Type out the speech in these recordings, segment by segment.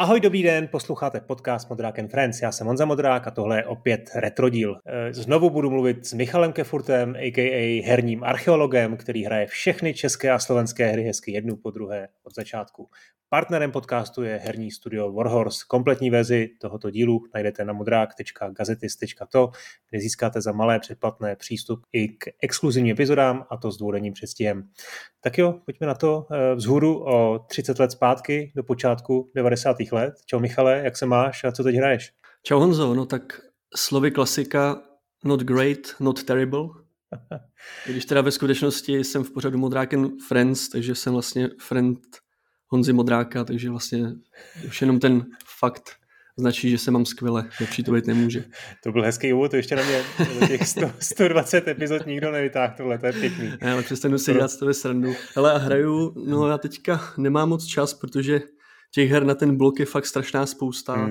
Ahoj, dobrý den, posloucháte podcast Modrák and Friends. Já jsem Honza Modrák a tohle je opět retrodíl. Znovu budu mluvit s Michalem Kefurtem, a.k.a. herním archeologem, který hraje všechny české a slovenské hry hezky jednu po druhé od začátku. Partnerem podcastu je herní studio Warhorse. Kompletní verzi tohoto dílu najdete na modrák.gazetis.to, kde získáte za malé předplatné přístup i k exkluzivním epizodám, a to s dvoudenním předstihem. Tak jo, pojďme na to vzhůru o 30 let zpátky do počátku 90. let. Čau Michale, jak se máš a co teď hraješ? Čau Honzo, no tak slovy klasika not great, not terrible. Když teda ve skutečnosti jsem v pořadu Modrák and Friends, takže jsem vlastně friend Honzy Modráka, takže vlastně už jenom ten fakt značí, že se mám skvěle, lepší to být nemůže. To byl hezký úvod, to ještě na mě do těch 120 epizod nikdo nevytáhl tohle, to je pěkný. Ne, ale přestanu si dělat z toho srandu. Hele, a hraju, no já teďka nemám moc čas, protože těch her na ten blok je fakt strašná spousta.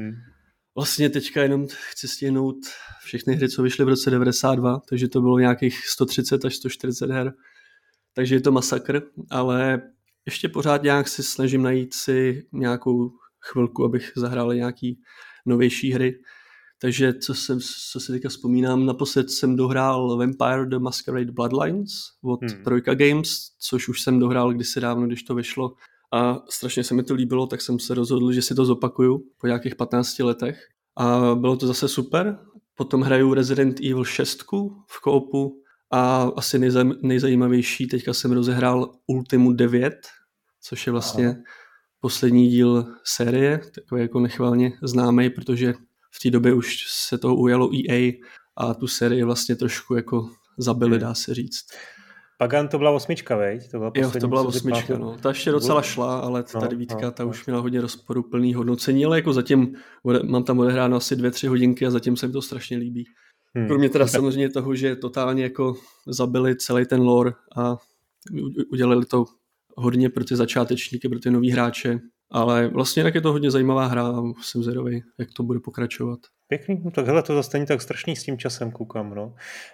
Vlastně teďka jenom chci stihnout všechny hry, co vyšly v roce 92, takže to bylo nějakých 130 až 140 her. Takže je to masakr, ale ještě pořád nějak si snažím najít si nějakou chvilku, abych zahrál nějaký novější hry. Takže co si teďka vzpomínám, naposled jsem dohrál Vampire the Masquerade Bloodlines od Trojka Games, což už jsem dohrál kdysi dávno, když to vyšlo. A strašně se mi to líbilo, tak jsem se rozhodl, že si to zopakuju po nějakých 15 letech. A bylo to zase super. Potom hraju Resident Evil 6 v koopu a asi nejzajímavější, teďka jsem rozehrál Ultimu 9, což je vlastně poslední díl série, takový jako nechvalně známý, protože v té době už se toho ujalo EA a tu sérii vlastně trošku jako zabili, dá se říct. Pagan to byla 8, veď? To byla 8, no. Ta ještě docela šla, ale ta 9, ta už měla hodně rozporuplný hodnocení, ale jako zatím mám tam odehráno asi 2-3 hodinky a zatím se mi to strašně líbí. Kromě teda samozřejmě toho, že totálně jako zabili celý ten lore a udělali to hodně pro ty začátečníky, pro ty nový hráče, ale vlastně tak je to hodně zajímavá hra a jsem zvědavý, jak to bude pokračovat. Pěkný, no tak hele, to zase není tak strašný s tím časem, koukám, no.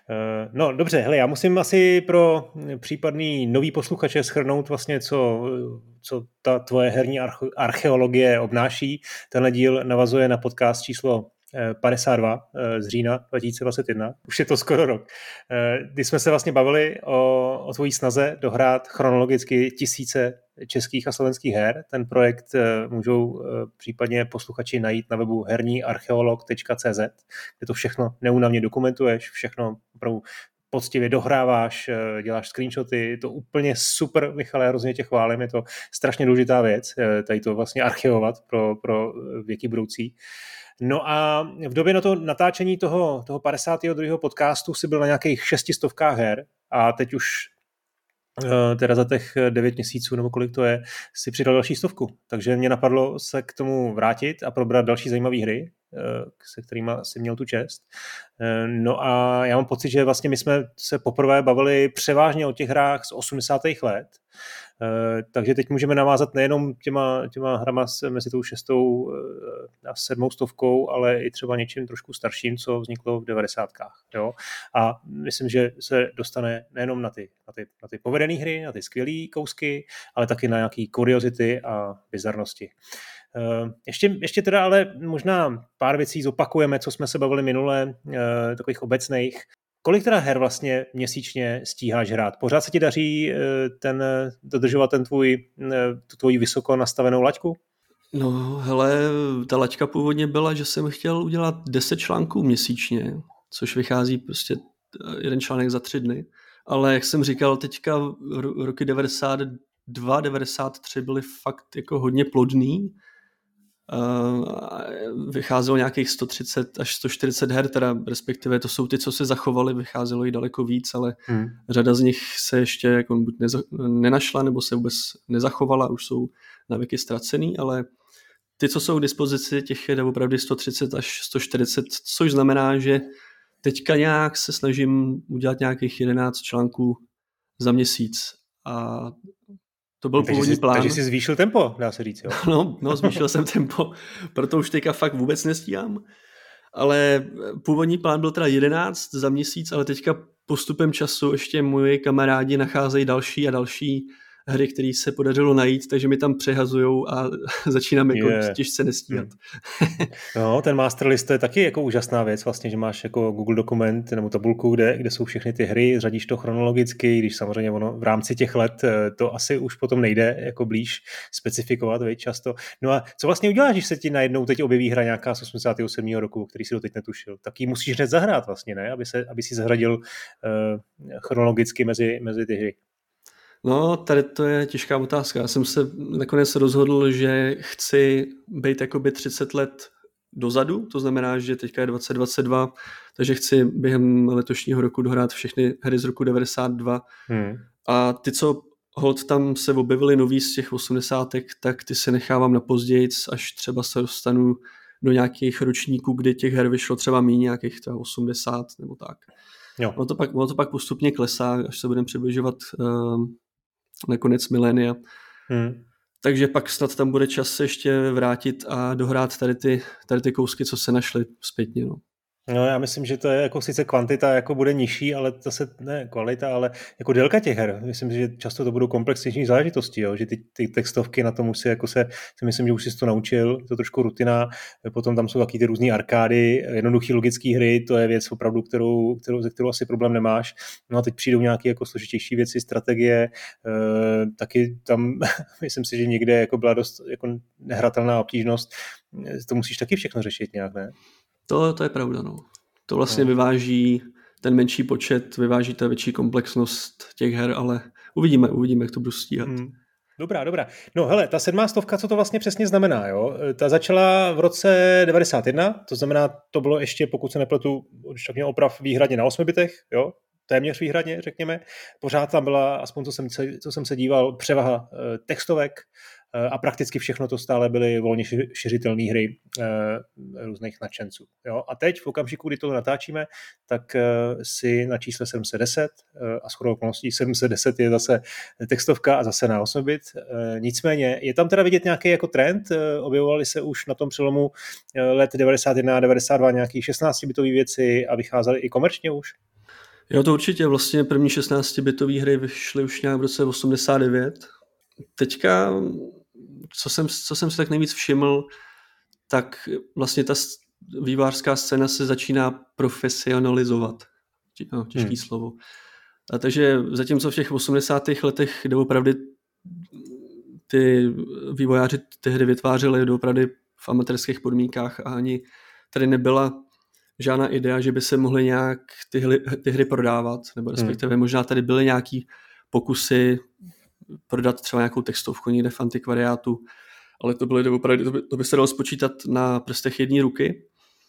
No dobře, hele, já musím asi pro případný nový posluchače shrnout vlastně, co ta tvoje herní archeologie obnáší. Tenhle díl navazuje na podcast číslo 52 z října 2021. Už je to skoro rok. Kdy jsme se vlastně bavili o tvojí snaze dohrát chronologicky tisíce českých a slovenských her. Ten projekt můžou případně posluchači najít na webu herníarcheolog.cz, kde to všechno neúnavně dokumentuješ, všechno opravdu poctivě dohráváš, děláš screenshoty, to úplně super, Michale, hrozně tě chválím, je to strašně důležitá věc, tady to vlastně archivovat pro věky budoucí. No a v době na to natáčení toho 52. podcastu si byl na nějakých 600 her a teď už teda za těch 9 měsíců, nebo kolik to je, si přidal další 100. Takže mě napadlo se k tomu vrátit a probrat další zajímavé hry, se kterými si měl tu čest. No a já mám pocit, že vlastně my jsme se poprvé bavili převážně o těch hrách z 80. let, takže teď můžeme navázat nejenom těma hrama mezi tou 6. a 700, ale i třeba něčím trošku starším, co vzniklo v 90. Jo? A myslím, že se dostane nejenom na ty povedené hry, na ty skvělé kousky, ale taky na nějaké kuriozity a bizarnosti. Ještě teda ale možná pár věcí zopakujeme, co jsme se bavili minule, takových obecných. Kolik teda her vlastně měsíčně stíháš hrát? Pořád se ti daří dodržovat tu tvoji vysoko nastavenou laťku? No hele, ta laťka původně byla, že jsem chtěl udělat 10 článků měsíčně, což vychází prostě jeden článek za 3 dny. Ale jak jsem říkal, teďka roky 92, 93 byly fakt jako hodně plodný. Vycházelo nějakých 130 až 140 her, teda respektive to jsou ty, co se zachovaly, vycházelo jich daleko víc, ale řada z nich se ještě jako buď nenašla, nebo se vůbec nezachovala, už jsou navěky ztracený, ale ty, co jsou k dispozici, těch je opravdu 130 až 140, což znamená, že teďka nějak se snažím udělat nějakých 11 článků za měsíc a to byl původní plán. Takže jsi zvýšil tempo, dá se říct, jo? No, zvýšil jsem tempo, proto už teďka fakt vůbec nestíhám. Ale původní plán byl teda 11 za měsíc, ale teďka postupem času ještě moji kamarádi nacházejí další a další hry, které se podařilo najít, takže mi tam přehazujou a začínám jako těžce nestíhat. No, ten master list to je taky jako úžasná věc vlastně, že máš jako Google dokument nebo tabulku, kde jsou všechny ty hry, řadíš to chronologicky, když samozřejmě ono v rámci těch let to asi už potom nejde jako blíž specifikovat, veď často. No a co vlastně uděláš, když se ti najednou teď objeví hra nějaká z 87. roku, který si doteď netušil? Tak ji musíš hned zahrát vlastně, ne? Aby si zahradil chronologicky mezi ty hry. No, tady to je těžká otázka. Já jsem se nakonec rozhodl, že chci být jakoby 30 let dozadu, to znamená, že teďka je 2022, takže chci během letošního roku dohrát všechny hry z roku 92. A ty, co hold tam se objevily nový z těch 80, tak ty se nechávám na později, až třeba se dostanu do nějakých ročníků, kdy těch her vyšlo třeba méně, nějakých 80 nebo tak. Jo. Ono to pak postupně klesá, až se budeme přibližovat na konec milénia. Takže pak snad tam bude čas se ještě vrátit a dohrát tady ty kousky, co se našly zpětně. No, já myslím, že to je jako sice kvantita jako bude nižší, ale zase ne kvalita, ale jako délka těch her. Myslím, že často to budou komplexnější záležitosti, jo? Že ty textovky na tom už si jako si myslím, že už jsi to naučil, to trošku rutina, potom tam jsou taky ty různý arkády, jednoduchý logický hry, to je věc opravdu, ze kterou asi problém nemáš. No a teď přijdou nějaké jako složitější věci, strategie, taky tam myslím si, že někde jako byla dost jako nehratelná obtížnost, to musíš taky všechno řešit nějak, ne? To je pravda, no. To vlastně vyváží ten menší počet, vyváží ta větší komplexnost těch her, ale uvidíme, jak to budu stíhat. Dobrá. No hele, ta 700, co to vlastně přesně znamená, jo? Ta začala v roce 91, to znamená, to bylo ještě, pokud se nepletu, když tak mě oprav, výhradně na 8 bitech, jo? Téměř výhradně, řekněme. Pořád tam byla, aspoň co jsem se díval, převaha textovek a prakticky všechno to stále byly volně šiřitelné hry různých nadšenců. Jo? A teď v okamžiku, kdy to natáčíme, tak si na čísle 710 a shodou okolností 710 je zase textovka a zase na 8 bit. Nicméně je tam teda vidět nějaký jako trend, objevovaly se už na tom přelomu let 91 a 92 nějaký 16-bitové věci a vycházely i komerčně už? Jo, to určitě. Vlastně první 16-bitové hry vyšly už nějak v roce 89. Teďka, co jsem si tak nejvíc všiml, tak vlastně ta vývojářská scéna se začíná profesionalizovat. Těžký slovo. A takže zatímco v těch 80. letech doopravdy ty vývojáři ty hry vytvářeli doopravdy v amatérských podmínkách a ani tady nebyla žádná idea, že by se mohly nějak ty hry prodávat, nebo respektive možná tady byly nějaký pokusy prodat třeba nějakou textovku někde v antikvariátu, ale to byly opravdu, to by se dalo spočítat na prstech jedné ruky.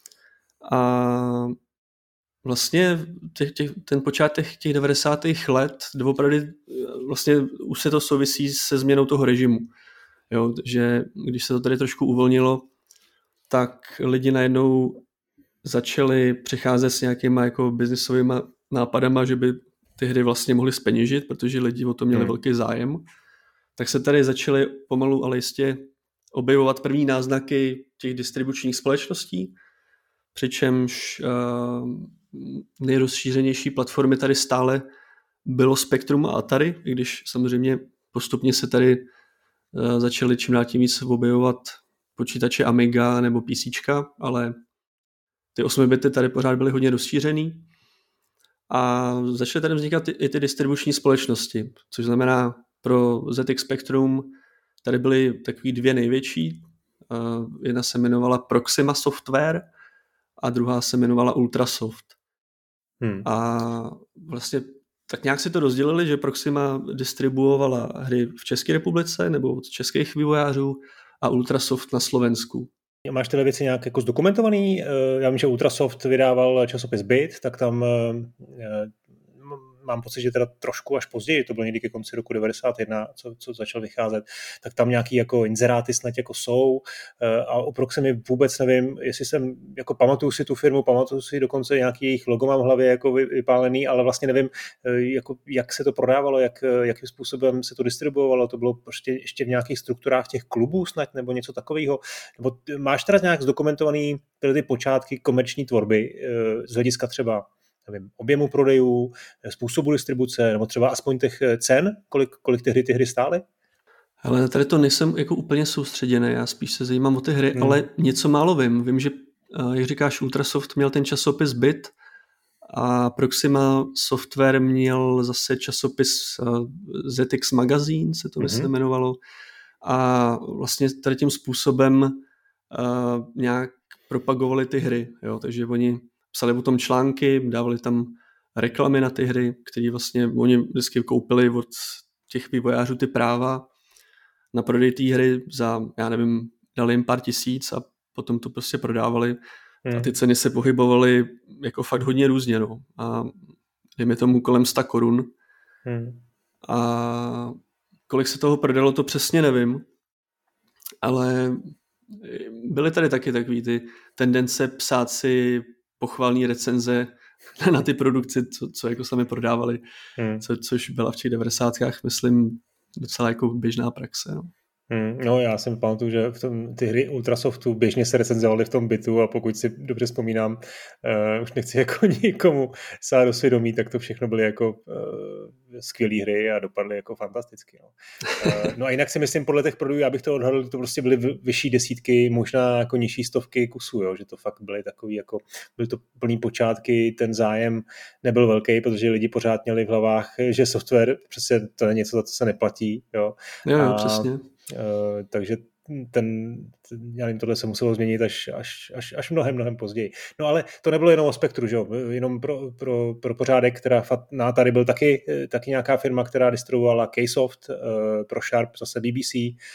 A vlastně ten počátek těch 90. let doopravdy vlastně už se to souvisí se změnou toho režimu. Jo, že když se to tady trošku uvolnilo, tak lidi najednou začali přicházet s nějakýma jako biznisovými nápadama, že by ty hry vlastně mohly zpeněžit, protože lidi o to měli velký zájem. Tak se tady začaly pomalu, ale jistě objevovat první náznaky těch distribučních společností, přičemž nejrozšířenější platformy tady stále bylo Spectrum a Atari, i když samozřejmě postupně se tady začaly čím dál tím víc objevovat počítače Amiga nebo PCčka, ale ty 8 bity tady pořád byly hodně rozšířený a začaly tady vznikat i ty distribuční společnosti, což znamená pro ZX Spectrum tady byly takový dvě největší. Jedna se jmenovala Proxima Software a druhá se jmenovala Ultrasoft. A vlastně tak nějak si to rozdělili, že Proxima distribuovala hry v České republice nebo od českých vývojářů a Ultrasoft na Slovensku. Máš tyhle věci nějak jako zdokumentovaný? Já vím, že Ultrasoft vydával časopis Bit, tak tam mám pocit, že teda trošku až později, to bylo někdy ke konci roku 91, co začal vycházet, tak tam nějaký jako inzeráty snad jako jsou a o Proximy vůbec nevím, jestli jsem, jako pamatuju si tu firmu, pamatuju si dokonce nějaký jejich logo mám v hlavě jako vypálený, ale vlastně nevím, jako, jak se to prodávalo, jakým způsobem se to distribuovalo, to bylo prostě ještě v nějakých strukturách těch klubů snad, nebo něco takového, nebo máš teda nějak zdokumentovaný ty počátky komerční tvorby z hlediska třeba nevím, objemu prodejů, způsobu distribuce, nebo třeba aspoň těch cen, kolik ty hry stály? Ale tady to nejsem jako úplně soustředěný, já spíš se zajímám o ty hry, ale něco málo vím. Vím, že, jak říkáš, Ultrasoft měl ten časopis Bit a Proxima Software měl zase časopis ZX Magazine, se to myslím jmenovalo. A vlastně tady tím způsobem nějak propagovali ty hry. Jo? Takže oni psali o tom články, dávali tam reklamy na ty hry, které vlastně oni vždycky koupili od těch vývojářů ty práva na prodej té hry za, já nevím, dali jim pár tisíc a potom to prostě prodávali. A ty ceny se pohybovaly jako fakt hodně různě. No. A dejme tomu kolem 100 korun. A kolik se toho prodalo, to přesně nevím. Ale byly tady taky takový ty tendence psát si pochvalné recenze na ty produkci, co jako sami prodávali, což byla v těch 90kách, myslím, docela jako běžná praxe. No. No, já si pamatuju, že ty hry Ultrasoftu běžně se recenzovaly v tom Bitu a pokud si dobře vzpomínám, už nechci jako nikomu sát do svědomí, tak to všechno byly jako skvělé hry a dopadly jako fantasticky. No. No a jinak si myslím, podle těch prodejů, já bych to odhadl, to prostě byly vyšší desítky, možná jako nižší stovky kusů, jo, že to fakt byly takový jako, byly to plný počátky, ten zájem nebyl velký, protože lidi pořád měli v hlavách, že software přece to je něco, za co se neplatí. Jo, jo přesně. Takže já nevím, tohle se muselo změnit až mnohem později. No ale to nebylo jenom o Spektru, že jo? Jenom pro pořádek, která tady byl taky nějaká firma, která distribuovala Ksoft, pro Sharp zase BBC,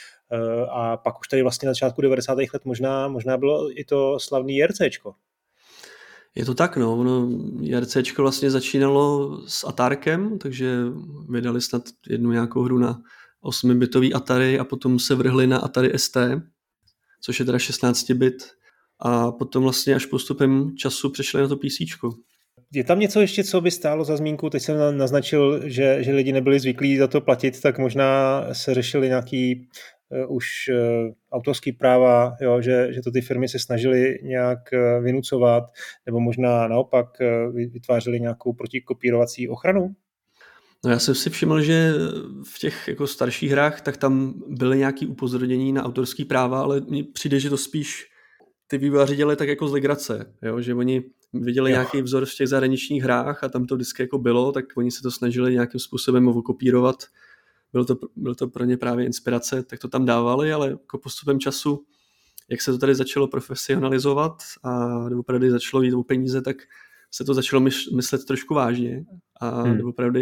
a pak už tady vlastně na začátku 90. let možná bylo i to slavný JRCčko. Je to tak, no. JRCčko vlastně začínalo s Atárkem, takže vydali snad jednu nějakou hru na 8-bitový Atari a potom se vrhli na Atari ST, což je teda 16-bit, a potom vlastně až postupem času přešli na to PCčko. Je tam něco ještě, co by stálo za zmínku? Teď jsem naznačil, že lidi nebyli zvyklí za to platit, tak možná se řešili nějaký už autorský práva, jo, že to ty firmy se snažily nějak vynucovat, nebo možná naopak vytvářely nějakou protikopírovací ochranu? No já jsem si všiml, že v těch jako starších hrách tak tam byly nějaké upozornění na autorský práva, ale mně přijde, že to spíš ty vývojáři dělali tak jako z legrace, jo? Že oni viděli nějaký vzor v těch zahraničních hrách a tam to vždycky jako bylo, tak oni se to snažili nějakým způsobem okopírovat. Byl to pro ně právě inspirace, tak to tam dávali, ale jako postupem času, jak se to tady začalo profesionalizovat a opravdu začalo jít o peníze, tak se to začalo myslet trošku vážně a opravdu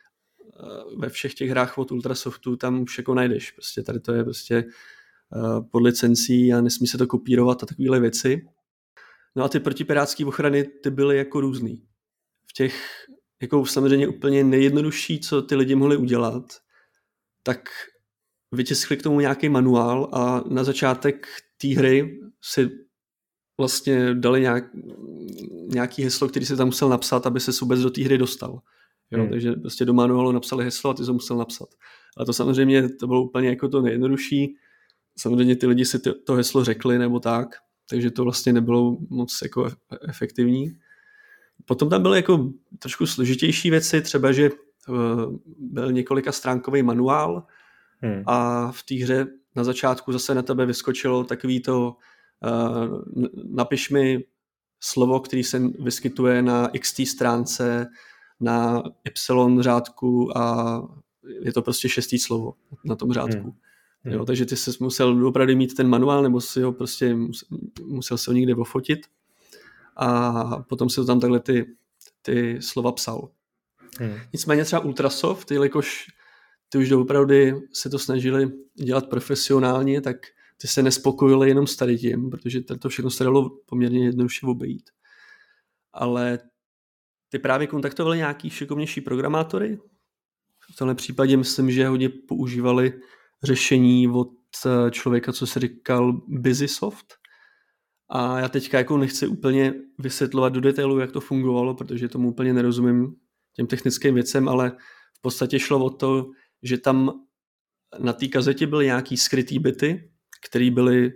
ve všech těch hrách od Ultrasoftu tam už jako najdeš. Prostě tady to je prostě pod licencí a nesmí se to kopírovat a takovéhle věci. No a ty protipirátské ochrany, ty byly jako různý. V těch jako samozřejmě úplně nejjednodušší, co ty lidi mohli udělat, tak vytiskli k tomu nějaký manuál a na začátek té hry si vlastně dali nějaký heslo, který se tam musel napsat, aby se vůbec do té hry dostal. Jo, takže prostě do manuálu napsali heslo a ty to musel napsat. Ale to samozřejmě to bylo úplně jako to nejjednodušší. Samozřejmě ty lidi si to heslo řekli nebo tak, takže to vlastně nebylo moc jako efektivní. Potom tam byly jako trošku složitější věci, třeba, že byl několika stránkový manuál a v té hře na začátku zase na tebe vyskočilo takový to napiš mi slovo, který se vyskytuje na XT stránce, na Y řádku a je to prostě 6. slovo na tom řádku. Jo, takže ty jsi musel opravdu mít ten manuál, nebo si ho prostě musel se ho někde ofotit a potom si to tam takhle ty slova psal. Nicméně třeba Ultrasoft, jelikož ty už opravdu se to snažili dělat profesionálně, tak ty se nespokojili jenom s tady tím, protože to všechno se dalo poměrně jednoduše obejít. Ale ty právě kontaktovali nějaký šikovnější programátory. V tomhle případě myslím, že hodně používali řešení od člověka, co se říkal Busysoft. A já teďka jako nechci úplně vysvětlovat do detailu, jak to fungovalo, protože tomu úplně nerozumím těm technickým věcem, ale v podstatě šlo o to, že tam na té kazetě byly nějaký skrytý bity, které byly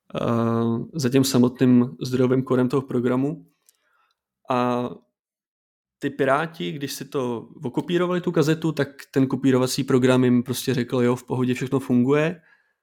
za tím samotným zdrojovým kódem toho programu. A ty Piráti, když si to okopírovali tu kazetu, tak ten kopírovací program jim prostě řekl, jo, v pohodě všechno funguje,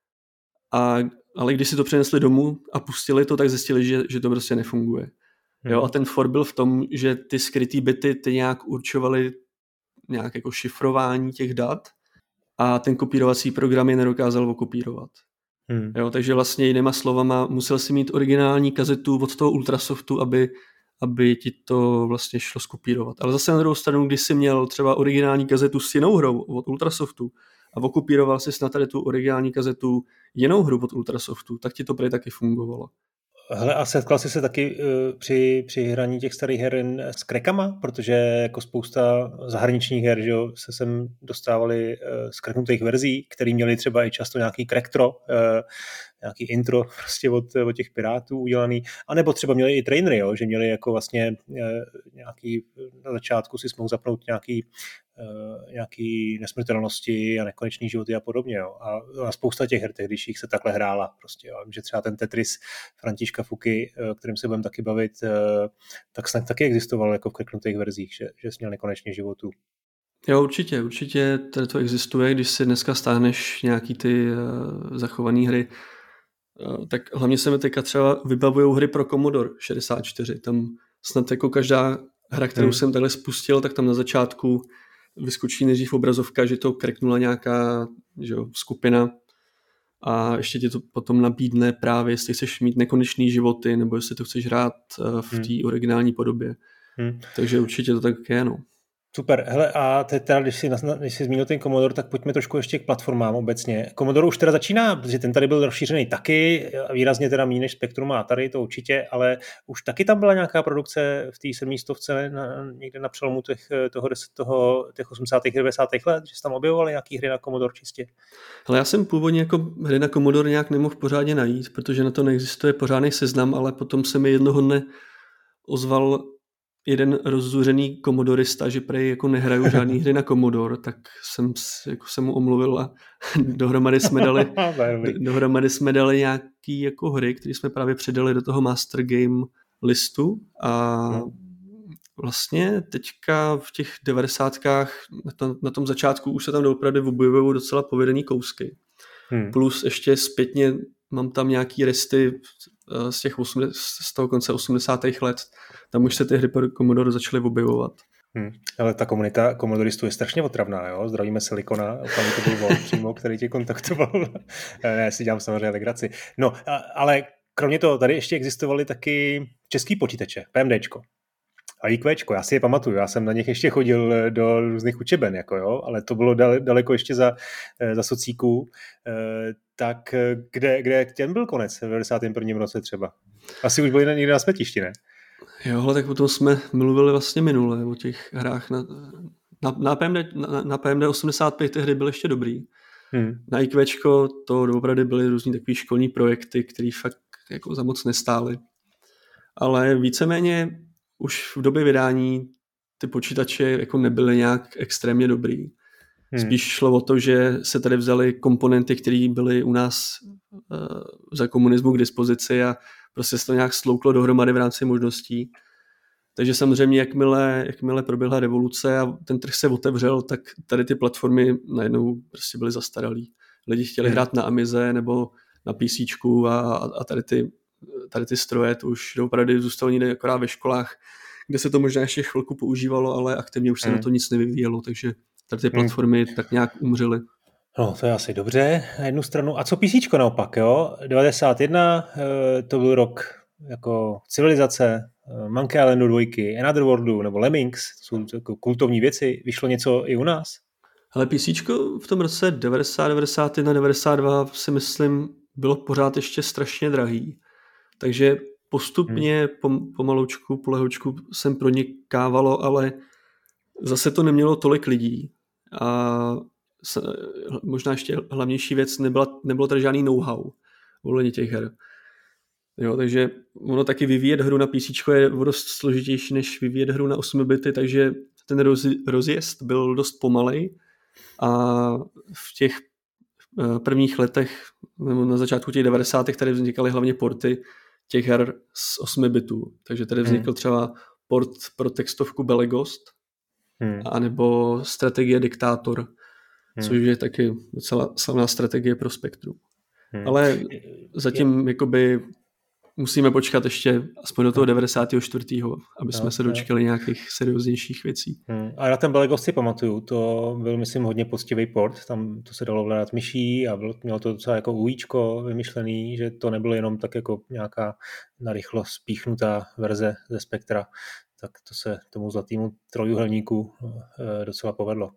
ale když si to přenesli domů a pustili to, tak zjistili, že to prostě nefunguje. Jo, a ten for byl v tom, že ty skrytý bity ty nějak určovaly nějak jako šifrování těch dat a ten kopírovací program je nedokázal okopírovat. Jo, takže vlastně jinýma slovama musel si mít originální kazetu od toho Ultrasoftu, aby ti to vlastně šlo skopírovat. Ale zase na druhou stranu, když jsi měl třeba originální kazetu s jinou hrou od Ultrasoftu a okopíroval jsi na tady tu originální kazetu jinou hru od Ultrasoftu, tak ti to prý taky fungovalo. Hele, a setkal jsi se taky při hraní těch starých her s krekama, protože jako spousta zahraničních her, že jo, se sem dostávali z kreknutých verzí, které měly třeba i často nějaký krektro, nějaký intro prostě od těch pirátů udělaný, anebo třeba měli i trainery, jo, že měli jako vlastně nějaký, na začátku si mohl zapnout nějaký nesmrtelnosti a nekonečný životy a podobně. Jo. A spousta těch her tehdejších se takhle hrála. Prostě, jo. Vím, že třeba ten Tetris Františka Fuky, o kterém se budeme taky bavit, tak snad taky existoval jako v kreknutých verzích, že jsi měl nekonečný životů. Jo, určitě to existuje, když si dneska stáhneš nějaký ty zachované hry, tak hlavně se mi teďka třeba vybavujou hry pro Commodore 64. Tam snad jako každá hra, kterou jsem takhle spustil, tak tam na začátku vyskočí nejdřív obrazovka, že to kreknula nějaká skupina a ještě ti to potom nabídne právě, jestli chceš mít nekonečný životy, nebo jestli to chceš hrát v té originální podobě. Takže určitě to tak je, no. Super, hele, a teda, když jsi zmínil ten Commodore, tak pojďme trošku ještě k platformám obecně. Commodore už teda začíná, protože ten tady byl rozšířený taky, výrazně teda méně než Spectrum a Atari, to určitě, ale už taky tam byla nějaká produkce v té 700 někde na přelomu těch 80. a 90. let, že jsi tam objevovaly nějaký hry na Commodore čistě? Ale já jsem původně jako hry na Commodore nějak nemohl pořádně najít, protože na to neexistuje pořádný seznam, ale potom se mi jednoho dne ozval jeden rozzuřený komodorista, že prej jako nehraju žádný hry na Commodore, tak jsem se mu omluvil a dohromady jsme dali nějaký jako hry, které jsme právě přidali do toho Master Game listu a vlastně teďka v těch 90kách na tom začátku už se tam opravdu objevují docela povedený kousky. Plus ještě zpětně mám tam nějaký resty z toho konce 80. let. Tam už se ty hry pro Commodore začaly objevovat. Ale ta komunita komodoristů je strašně otravná, jo? Zdravíme Silikona, tam to byl on přímo, který tě kontaktoval. Ne, si dělám samozřejmě legraci. No, ale kromě toho, tady ještě existovaly taky český počítače, PMDčko a IQčko, já si je pamatuju, já jsem na nich ještě chodil do různých učeben, jako jo, ale to bylo daleko ještě za socíků. Tak kde těm byl konec v 91. roce třeba? Asi už byl někde na smetišti, ne? Jo, ale tak potom jsme mluvili vlastně minule o těch hrách. Na PMD 85 ty hry byly ještě dobrý. Na IQčko to opravdu byly různý takový školní projekty, které fakt jako za moc nestály. Ale víceméně už v době vydání ty počítače jako nebyly nějak extrémně dobrý. Spíš šlo o to, že se tady vzaly komponenty, které byly u nás za komunismu k dispozici a prostě se to nějak slouklo dohromady v rámci možností. Takže samozřejmě, jakmile proběhla revoluce a ten trh se otevřel, tak tady ty platformy najednou prostě byly zastaralý. Lidi chtěli hrát na Amize nebo na PCčku a tady ty stroje to už opravdu zůstalo někde akorát ve školách, kde se to možná ještě chvilku používalo, ale aktivně už se na to nic nevyvíjelo, takže tady ty platformy tak nějak umřely. No, to je asi dobře na jednu stranu. A co PCčko naopak, jo? 91, to byl rok jako civilizace, Monkey Islandu 2, Another Worldu nebo Lemmings, to jsou jako kultovní věci. Vyšlo něco i u nás? Ale PCčko v tom roce 90, 91, 92 si myslím bylo pořád ještě strašně drahý. Takže postupně pomaloučku, polehoučku jsem pronikávalo, ale zase to nemělo tolik lidí. A možná ještě hlavnější věc, nebylo tady žádný know-how ohledně těch her. Jo, takže ono taky vyvíjet hru na PC je dost složitější, než vyvíjet hru na 8 bity, takže ten rozjezd byl dost pomalej a v těch prvních letech, nebo na začátku těch 90. tady vznikaly hlavně porty těch her z 8 bitů. Takže tady vznikl třeba port pro textovku Belegost, anebo strategie Diktátor, což je taky docela slavná strategie pro Spektrum. Ale zatím jakoby musíme počkat ještě aspoň do toho 94., aby jsme se dočkali nějakých serióznějších věcí. A na ten Belegost si pamatuju, to byl, myslím, hodně poctivý port, tam to se dalo ovládat myší a mělo to docela jako UIčko vymyšlený, že to nebylo jenom tak jako nějaká narychlo spíchnutá verze ze Spektra, tak to se tomu zlatýmu trojuhelníku docela povedlo.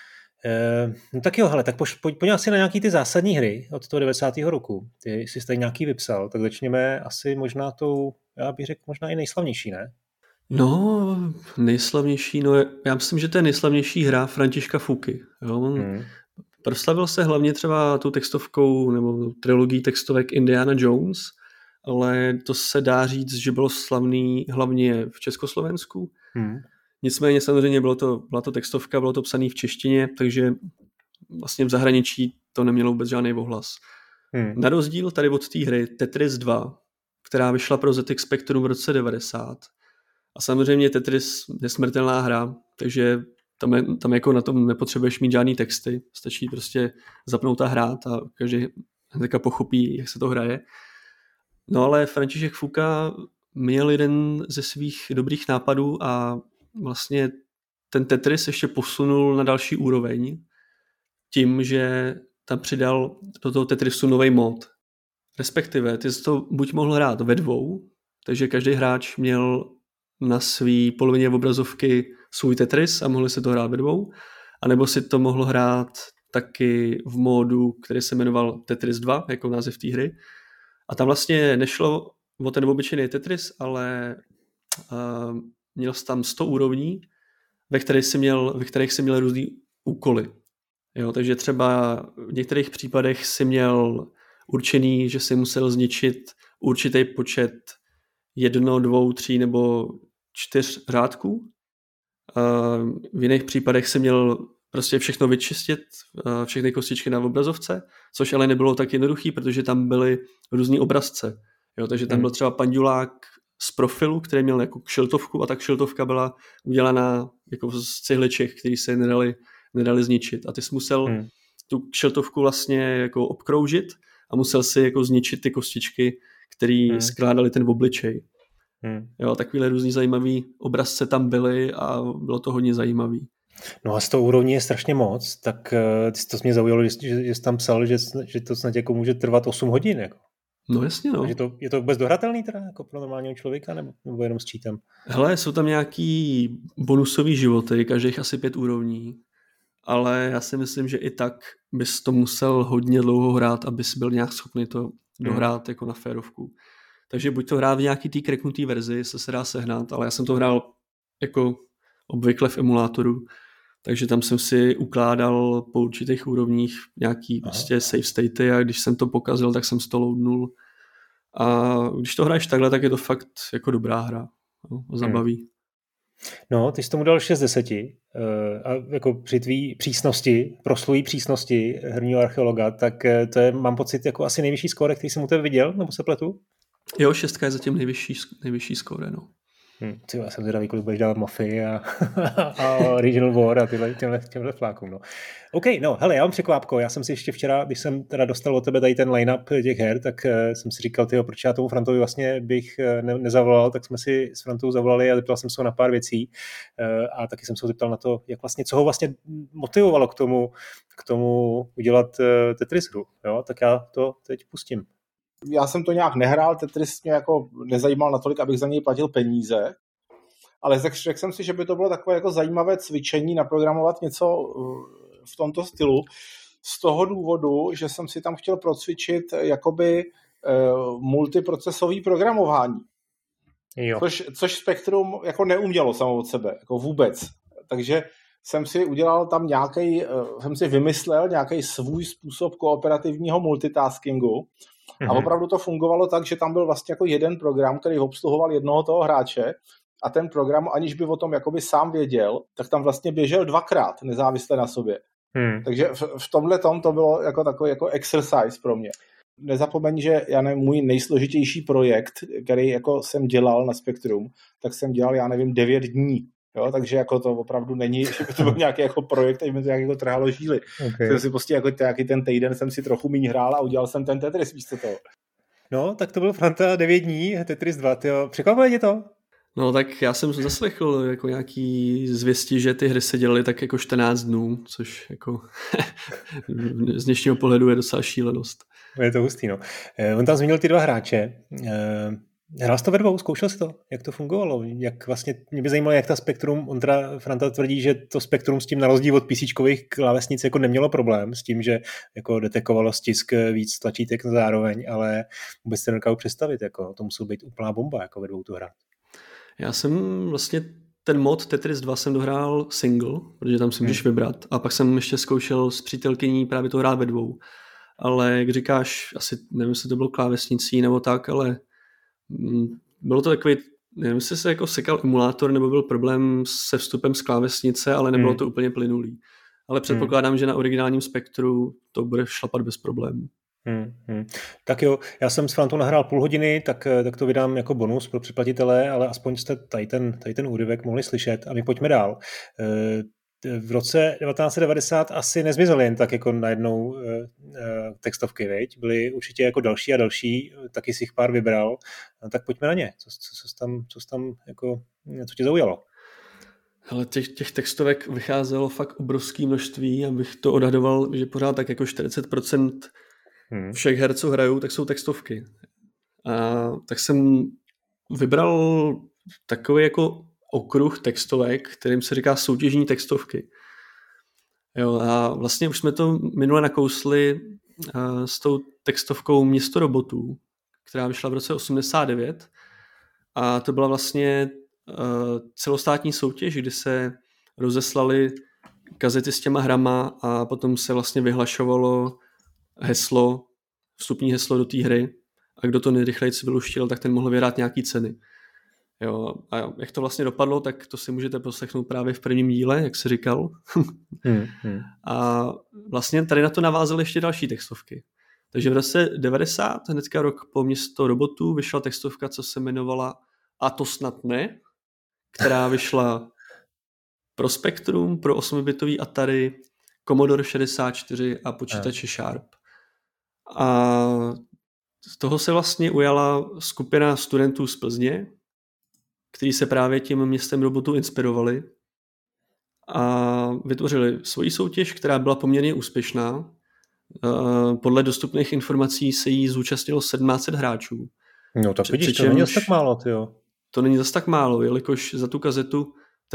No tak jo, hele, tak pojďme asi na nějaký ty zásadní hry od toho 90. roku. Ty jsi tady nějaký vypsal, tak začněme asi možná tou, já bych řekl, možná i nejslavnější, ne? No, nejslavnější, no já myslím, že to je nejslavnější hra Františka Fuky. Jo? Proslavil se hlavně třeba tou textovkou nebo trilogií textovek Indiana Jones, ale to se dá říct, že bylo slavný hlavně v Československu. Nicméně samozřejmě byla to textovka, bylo to psané v češtině, takže vlastně v zahraničí to nemělo vůbec žádný ohlas. Na rozdíl tady od té hry Tetris 2, která vyšla pro ZX Spectrum v roce 90. A samozřejmě Tetris je smrtelná hra, takže tam jako na tom nepotřebuješ mít žádný texty, stačí prostě zapnout a hrát a každý hnedka pochopí, jak se to hraje. No ale František Fuka měl jeden ze svých dobrých nápadů a vlastně ten Tetris ještě posunul na další úroveň tím, že tam přidal do toho Tetrisu nový mod. Respektive ty jsi to buď mohl hrát ve dvou, takže každý hráč měl na svý polovině obrazovky svůj Tetris a mohli si to hrát ve dvou, anebo si to mohl hrát taky v módu, který se jmenoval Tetris 2, jako název té hry. A tam vlastně nešlo o ten obyčejný Tetris, ale měl jsi tam 100 úrovní, ve kterých si měl různý úkoly. Jo, takže třeba v některých případech si měl určený, že si musel zničit určitý počet 1, 2, 3 nebo 4 řádků. V jiných případech si měl prostě všechno vyčistit, všechny kostičky na obrazovce, což ale nebylo tak jednoduchý, protože tam byly různý obrazce. Jo, takže tam byl třeba pandulák z profilu, který měl jako kšiltovku a ta kšiltovka byla udělaná jako z cihliček, které se nedali zničit. A ty jsi musel tu kšiltovku vlastně jako obkroužit a musel si jako zničit ty kostičky, které skládaly ten obličej. Jo, takovýhle různý zajímavý obrazce tam byly a bylo to hodně zajímavý. No a z toho úrovní je strašně moc, tak to mě zaujalo, že jsi tam psal, že to snad jako může trvat 8 hodin. Jako. No jasně, no. Je to vůbec dohratelný teda jako pro normálního člověka nebo jenom s cheatem? Hele, jsou tam nějaký bonusový životy, každých asi 5 úrovní, ale já si myslím, že i tak bys to musel hodně dlouho hrát, abys byl nějak schopný to dohrát jako na férovku. Takže buď to hrát v nějaký té kreknutý verzi, se dá sehnat, ale já jsem to hrál jako obvykle v emulátoru, takže tam jsem si ukládal po určitých úrovních nějaký prostě save statey a když jsem to pokazil, tak jsem to loadnul. A když to hraješ takhle, tak je to fakt jako dobrá hra. No, zabaví. No, ty jsi tomu dal 6 z 10. A jako při tvý přísnosti, proslují přísnosti herního archeologa, tak to je, mám pocit, jako asi nejvyšší skóre, který jsem u tebe viděl, nebo se pletu? Jo, 6 je zatím nejvyšší skóre, no. Já jsem zvědavý, kolik budeš dávat Mafii a Regional War a těmhle flákům. No. OK, no, hele, já mám překvápko. Já jsem si ještě včera, když jsem teda dostal od tebe tady ten line-up těch her, tak jsem si říkal, proč já tomu Frantovi vlastně bych nezavolal, tak jsme si s Frantou zavolali a zeptal jsem se ho na pár věcí a taky jsem se ho zeptal na to, jak vlastně, co ho vlastně motivovalo k tomu udělat Tetris hru. Jo? Tak já to teď pustím. Já jsem to nějak nehrál, Tetris mě jako nezajímal natolik, abych za něj platil peníze, ale řekl jsem si, že by to bylo takové jako zajímavé cvičení naprogramovat něco v tomto stylu, z toho důvodu, že jsem si tam chtěl procvičit jakoby multiprocesový programování. Jo. Což Spektrum jako neumělo samo od sebe, jako vůbec. Takže jsem si vymyslel nějaký svůj způsob kooperativního multitaskingu. A opravdu to fungovalo tak, že tam byl vlastně jako jeden program, který obsluhoval jednoho toho hráče a ten program, aniž by o tom jakoby sám věděl, tak tam vlastně běžel 2krát nezávisle na sobě. Takže v tomhle to bylo jako takový jako exercise pro mě. nezapomeň, že můj nejsložitější projekt, který jako jsem dělal na Spektrum, tak jsem dělal, 9 dní. Jo, takže jako to opravdu není, že by to byl nějaký jako projekt, a by to nějak jako trhalo žíly. Okay. Jsem si prostě jako nějaký ten týden jsem si trochu míň hrál a udělal jsem ten Tetris místo toho. No, tak to byl Franta 9 dní, Tetris 2, tyjo. Překvapuje tě to? No, tak já jsem zaslechl jako nějaký zvěsti, že ty hry se dělaly tak jako 14 dnů, což jako z dnešního pohledu je docela šílenost. Je to hustý, no. On tam zmínil ty 2 hráče. Hrál jsi to ve 2, zkoušel jsi to? Jak to fungovalo? Jak vlastně, mě by zajímalo, jak ta Spektrum, on teda Franta tvrdí, že to Spektrum s tím na rozdíl od PCčkových klávesnic jako nemělo problém s tím, že jako detekovalo stisk víc tlačítek zároveň, ale vůbec se nedokážu představit, jako to muselo být úplná bomba, jako ve 2 tu hrát. Já jsem vlastně ten mod Tetris 2 jsem dohrál single, protože tam si můžeš vybrat, a pak jsem ještě zkoušel s přítelkyní právě to hrát ve 2. Ale jak říkáš, asi nevím, jestli to bylo klávesnicí nebo tak, ale bylo to takový, nevím, jestli se jako sekal emulátor nebo byl problém se vstupem z klávesnice, ale nebylo to úplně plynulý. Ale předpokládám, že na originálním Spektru to bude šlapat bez problémů. Tak jo, já jsem s Frantou nahrál půl hodiny, tak to vydám jako bonus pro předplatitele, ale aspoň jste tady ten úryvek mohli slyšet a my pojďme dál. V roce 1990 asi nezmizely jen tak jako najednou textovky, viď? Byly určitě jako další a další, taky si jich pár vybral, tak pojďme na ně. Co tě zaujalo? Ale těch textovek vycházelo fakt obrovské množství, abych to odhadoval, že pořád tak jako 40% všech her, co hrajou, tak jsou textovky. A tak jsem vybral takový jako okruh textovek, kterým se říká soutěžní textovky. Jo, a vlastně už jsme to minule nakousli s tou textovkou Město robotů, která vyšla v roce 89. A to byla vlastně celostátní soutěž, kdy se rozeslaly kazety s těma hrama a potom se vlastně vyhlašovalo vstupní heslo do té hry, a kdo to nejrychleji vyluštil, tak ten mohl vyhrát nějaký ceny. Jo, a jak to vlastně dopadlo, tak to si můžete poslechnout právě v prvním díle, jak jsi říkal. A vlastně tady na to navázaly ještě další textovky. Takže v roce 90, hnedka rok po Město robotů, vyšla textovka, co se jmenovala A to snad ne, která vyšla pro Spektrum, pro 8-bitový Atari, Commodore 64 a počítače Sharp. A z toho se vlastně ujala skupina studentů z Plzně, kteří se právě tím Městem robotů inspirovali a vytvořili svoji soutěž, která byla poměrně úspěšná. Podle dostupných informací se jí zúčastnilo 1700 hráčů. No tak vidíš, to není zase tak málo, tyjo. To není zase tak málo, jelikož za tu kazetu,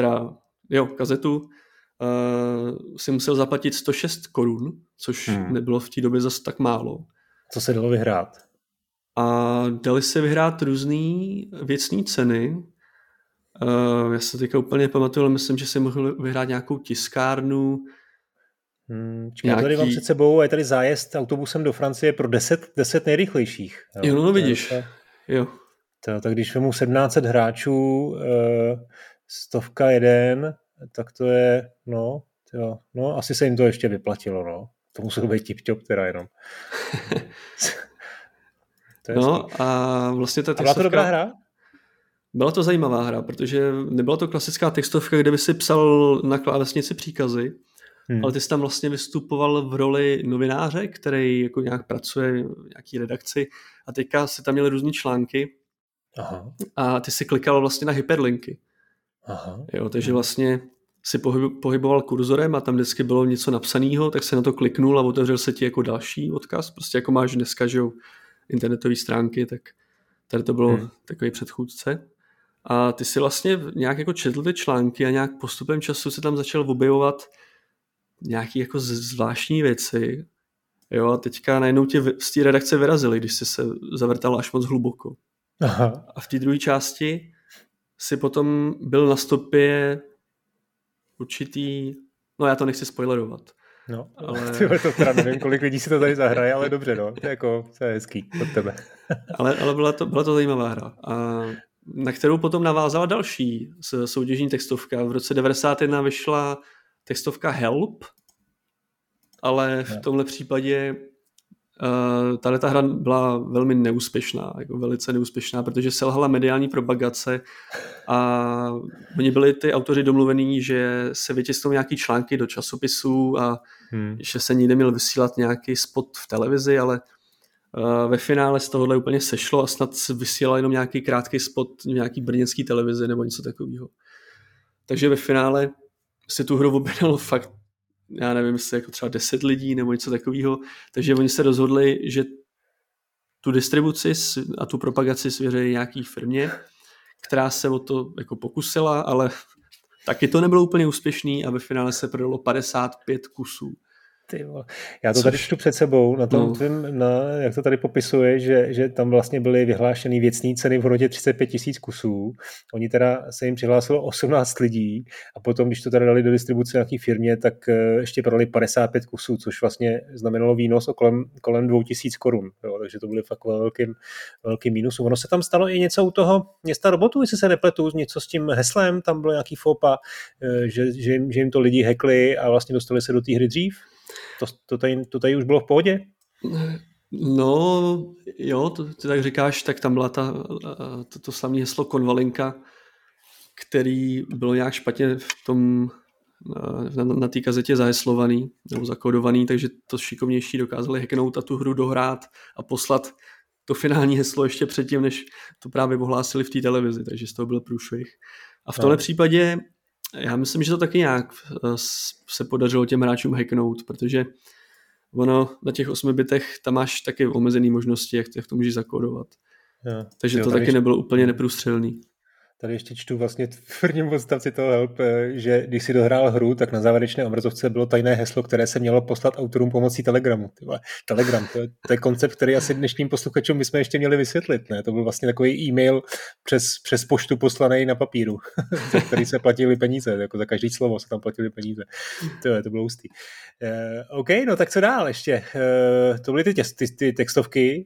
si musel zaplatit 106 korun, což nebylo v té době zase tak málo. Co se dalo vyhrát? A dali se vyhrát různý věcný ceny. Já se teďka úplně pamatuju, ale myslím, že si mohl vyhrát nějakou tiskárnu. Tady mám před sebou a je tady zájezd autobusem do Francie pro 10 nejrychlejších. Jo, no vidíš. Jo. Tak když vemu 1700 hráčů, 101, tak to je, asi se jim to ještě vyplatilo, no. To muselo být tip-top teda jenom. A vlastně ta textovka... Byla to dobrá hra? Byla to zajímavá hra, protože nebyla to klasická textovka, kde by si psal na klávesnici příkazy, ale ty jsi tam vlastně vystupoval v roli novináře, který jako nějak pracuje v nějaký redakci, a teďka si tam měli různý články. Aha. A ty si klikal vlastně na hyperlinky. Aha. Jo, takže vlastně si pohyboval kurzorem a tam vždycky bylo něco napsaného, tak se na to kliknul a otevřel se ti jako další odkaz. Prostě jako máš dneska, že jo, internetové stránky, tak tady to bylo takový předchůdce. A ty si vlastně nějak jako četl ty články a nějak postupem času se tam začal objevovat nějaký jako zvláštní věci. Jo, a teďka najednou tě z té redakce vyrazili, když jsi se zavrtal až moc hluboko. Aha. A v té druhé části si potom byl na stopě určitý, já to nechci spoilerovat. No, ale... Tyhle, to teda nevím, kolik lidí si to tady zahraje, ale dobře, no, to je hezký od tebe. ale byla to zajímavá hra. A na kterou potom navázala další soutěžní textovka. V roce 91 vyšla textovka Help, ale v tomhle případě tato hra byla velmi neúspěšná, jako velice neúspěšná, protože selhala mediální propagace a oni byli ty autoři domluvení, že se vytisknou nějaký články do časopisů a že se nikdy měl vysílat nějaký spot v televizi, ale ve finále z tohohle úplně sešlo a snad se vysílal jenom nějaký krátký spot v nějaký brněnský televizi nebo něco takového. Takže ve finále si tu hru objednalo fakt, já nevím, jestli jako třeba 10 lidí nebo něco takového, takže oni se rozhodli, že tu distribuci a tu propagaci svěří nějaký firmě, která se o to jako pokusila, ale taky to nebylo úplně úspěšný a ve finále se prodalo 55 kusů. Já to tady čtu před sebou, na tom jak to tady popisuje, že tam vlastně byly vyhlášeny věcné ceny v hodnotě 35 000 kusů. Oni teda se jim přihlásilo 18 lidí a potom, když to teda dali do distribuce nějaký firmě, tak ještě prodali 55 kusů, což vlastně znamenalo výnos o kolem 2000 korun. Takže to byly fakt velký mínus. Ono se tam stalo i něco u toho města robotů, jestli se nepletu, něco s tím heslem, tam bylo nějaký fópa, že jim to lidi hackli a vlastně dostali se do té hry dřív. To tady už bylo v pohodě? No, jo, ty tak říkáš, tak tam byla to slavné heslo Konvalinka, který bylo nějak špatně v tom na té kazetě zaheslovaný nebo zakódovaný, takže to šikovnější dokázali hacknout a tu hru dohrát a poslat to finální heslo ještě předtím, než to právě ohlásili v té televizi, takže z toho byl průšvih. A v tomhle případě já myslím, že to taky nějak se podařilo těm hráčům hacknout, protože ono na těch 8 bitech tam máš taky omezené možnosti, jak to můžeš zakódovat. Takže to taky nebylo úplně neprůstřelný. Tady ještě čtu vlastně v prvním odstavci toho help, že když si dohrál hru, tak na závěrečné obrazovce bylo tajné heslo, které se mělo poslat autorům pomocí Telegramu. Telegram, to je koncept, který asi dnešním posluchačům bychom ještě měli vysvětlit. Ne? To byl vlastně takový e-mail přes poštu poslaný na papíru, za který se platili peníze, jako za každý slovo se tam platili peníze. To bylo hustý. OK, no tak co dál ještě? To byly ty textovky.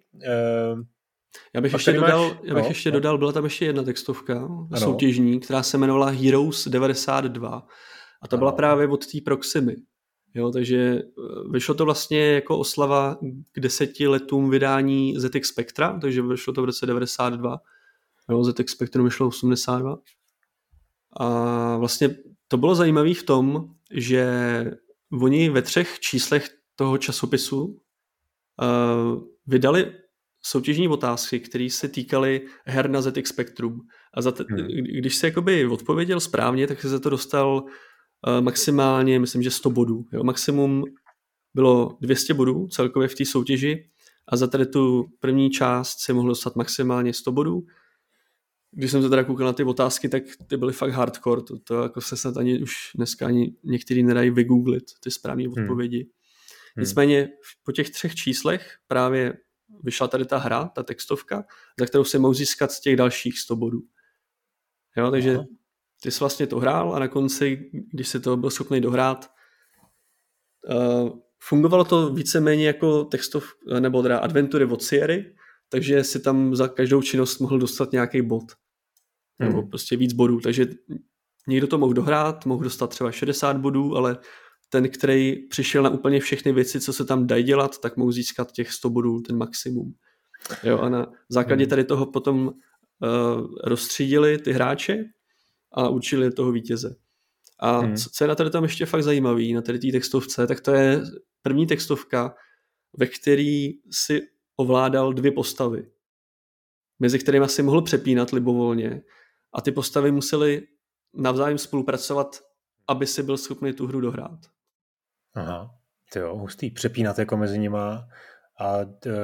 Já bych ještě dodal, byla tam ještě jedna textovka soutěžní, která se jmenovala Heroes 92 a to byla právě od té Proximy. Jo, takže vyšlo to vlastně jako oslava k 10 letům vydání ZX Spectra, takže vyšlo to v roce 92. Jo, ZX Spectrum vyšlo 82. A vlastně to bylo zajímavé v tom, že oni ve 3 číslech toho časopisu vydali soutěžní otázky, které se týkaly her na ZX Spectrum. A když se jakoby odpověděl správně, tak se za to dostal maximálně, myslím, že 100 bodů. Jo? Maximum bylo 200 bodů celkově v té soutěži a za tady tu první část se mohl dostat maximálně 100 bodů. Když jsem se teda koukal na ty otázky, tak ty byly fakt hardcore. To jako se snad už dneska ani některý nedají vygooglit, ty správné odpovědi. Nicméně po těch 3 číslech právě vyšla tady ta hra, ta textovka, za kterou se mohou získat z těch dalších 100 bodů. Jo, takže ty jsi vlastně to hrál a na konci, když si to byl schopný dohrát, fungovalo to víceméně jako nebo teda adventury od Sierry, takže si tam za každou činnost mohl dostat nějaký bod. Nebo prostě víc bodů. Takže někdo to mohl dohrát, mohl dostat třeba 60 bodů, ale ten, který přišel na úplně všechny věci, co se tam dají dělat, tak mohl získat těch 100 bodů, ten maximum. Jo, a na základě tady toho potom rozstřídili ty hráče a určili toho vítěze. A co je na tady tam ještě fakt zajímavý, na tady té textovce, tak to je první textovka, ve který si ovládal 2 postavy, mezi kterými si mohl přepínat libovolně a ty postavy musely navzájem spolupracovat, aby si byl schopný tu hru dohrát. Aha, hustý, přepínat jako mezi nima. A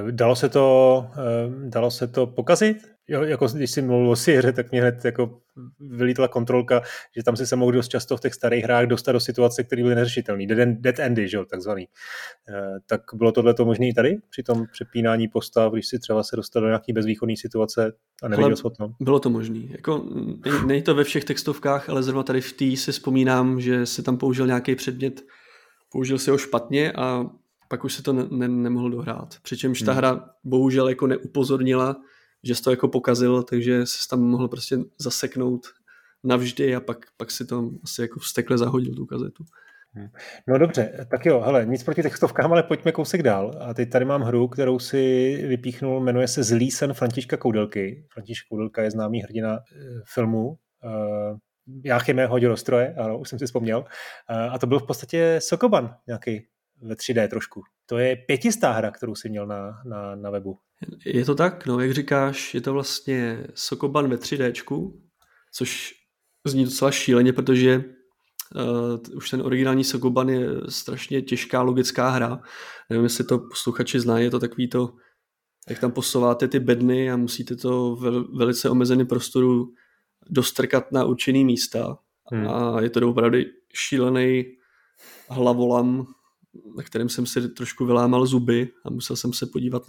dalo se to pokazit? Jo, jako když jsi mluvil o Sierře, tak mě hned jako vylítla kontrolka, že tam si se mohl dost často v těch starých hrách dostat do situace, které byly neřešitelné. Dead endy, že jo, takzvaný. Tak bylo tohleto možné i tady? Při tom přepínání postav, když si třeba se dostal do nějaký bezvýchodné situace a neviděl světlo? Bylo to možné. Jako, není to ve všech textovkách, ale zrovna tady v té si vzpomínám, že si tam použil nějaký předmět, použil si ho špatně a pak už se to nemohl dohrát. Přičemž ta hra bohužel jako neupozornila, že jsi to jako pokazil, takže jsi tam mohl prostě zaseknout navždy a pak si to asi jako vztekle zahodil tu kazetu. No dobře, tak jo, hele, nic proti textovkám, ale pojďme kousek dál. A teď tady mám hru, kterou si vypíchnul, jmenuje se Zlý sen Františka Koudelky. František Koudelka je známý hrdina filmu Jáchyme hodil do stroje, ano, už jsem si vzpomněl. A to byl v podstatě Sokoban nějaký ve 3D trošku. To je 500 hra, kterou si měl na webu. Je to tak, no, jak říkáš, je to vlastně Sokoban ve 3Dčku, což zní docela šíleně, protože už ten originální Sokoban je strašně těžká logická hra. Nevím, jestli to posluchači znají, je to takový to, jak tam posouváte ty bedny a musíte to velice omezeném prostoru dostrkat na určený místa. A je to opravdu šílený hlavolam, na kterém jsem si trošku vylámal zuby a musel jsem se podívat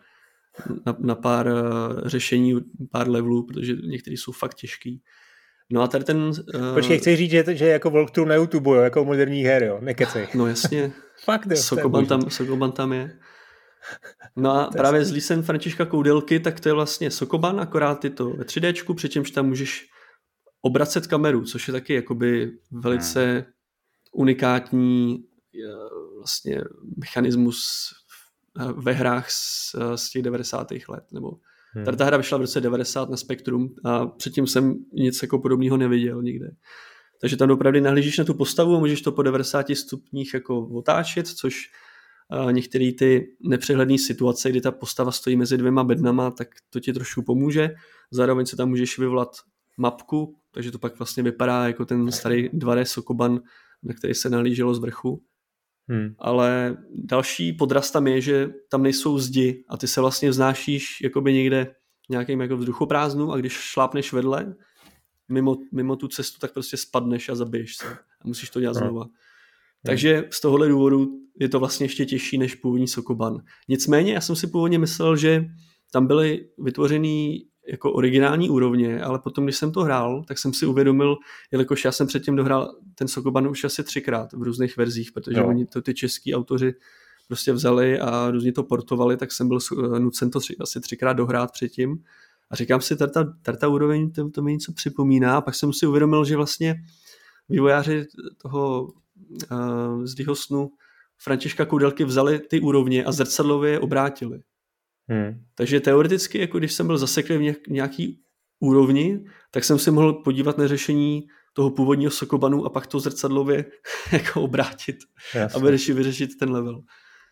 na pár řešení, pár levelů, protože některý jsou fakt těžký. No a tady ten... Počkej, chci říct, že je jako walkthrough na YouTube, jo, jako moderní her, jo, nekecej. No jasně. Fakt, jo. Sokoban tam je. No a právě Zlý sen Františka Koudelky, tak to je vlastně Sokoban, akorát je to ve 3Dčku, přičemž tam můžeš obracet kameru, což je taky jakoby velice unikátní vlastně mechanismus ve hrách z těch 90. let, nebo ta hra vyšla v roce 90 na Spektrum a předtím jsem nic jako podobného neviděl nikde. Takže tam opravdu nahlížíš na tu postavu a můžeš to po 90 stupních jako otáčet, což některé ty nepřehledné situace, kdy ta postava stojí mezi dvěma bednama, tak to ti trošku pomůže. Zároveň se tam můžeš vyvolat mapku, takže to pak vlastně vypadá jako ten starý 2D Sokoban, na který se nahlíželo z vrchu. Ale další podraz tam je, že tam nejsou zdi a ty se vlastně vznášíš jakoby někde nějakým jako vzduchoprázdnu a když šlápneš vedle mimo tu cestu, tak prostě spadneš a zabiješ se a musíš to dělat znova. Takže z tohohle důvodu je to vlastně ještě těžší než původní Sokoban. Nicméně já jsem si původně myslel, že tam byly vytvořený jako originální úrovně, ale potom, když jsem to hrál, tak jsem si uvědomil, jelikož já jsem předtím dohrál ten Sokoban už asi 3krát v různých verzích, protože oni to ty český autoři prostě vzali a různě to portovali, tak jsem byl nucen to asi 3krát dohrát předtím. A říkám si, ta úroveň to mi něco připomíná. A pak jsem si uvědomil, že vlastně vývojáři toho Zlýho snu Františka Koudelky vzali ty úrovně a zrcadlově je obrátili. Takže teoreticky, jako když jsem byl zaseklý v nějaký úrovni, tak jsem si mohl podívat na řešení toho původního Sokobanu a pak to zrcadlově jako obrátit, aby vyřešit ten level.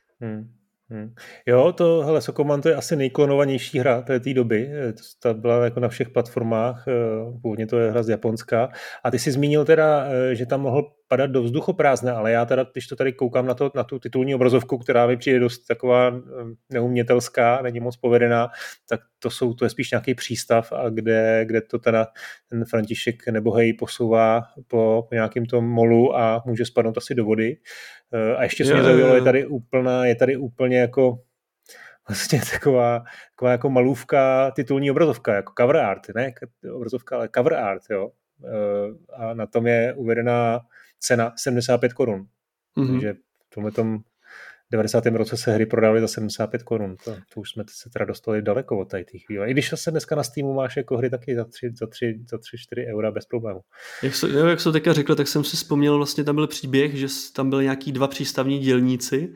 Jo, hele, Sokoban to je asi nejklonovanější hra té doby, ta byla jako na všech platformách, původně to je hra z Japonska a ty jsi zmínil teda, že tam mohl padat do vzduchoprázdna, ale já teda, když to tady koukám na tu titulní obrazovku, která mi přijde dost taková neumětelská, není moc povedená, tak to je spíš nějaký přístav, a kde to teda ten František nebohej posouvá po nějakým tom molu a může spadnout asi do vody. A ještě se mě zaujalo, je tady úplně jako vlastně taková jako malůvka, titulní obrazovka, jako cover art, ne obrazovka, ale cover art, jo. A na tom je uvedená cena 75 korun. Takže v tomhletom 90. roce se hry prodávaly za 75 korun. To už jsme se teda dostali daleko od té chvíle. I když se dneska na Steamu máš jako hry taky za 3-4 eura bez problému. Jak jsi teďka řekl, tak jsem si vzpomněl, vlastně tam byl příběh, že tam byli nějaký 2 přístavní dělníci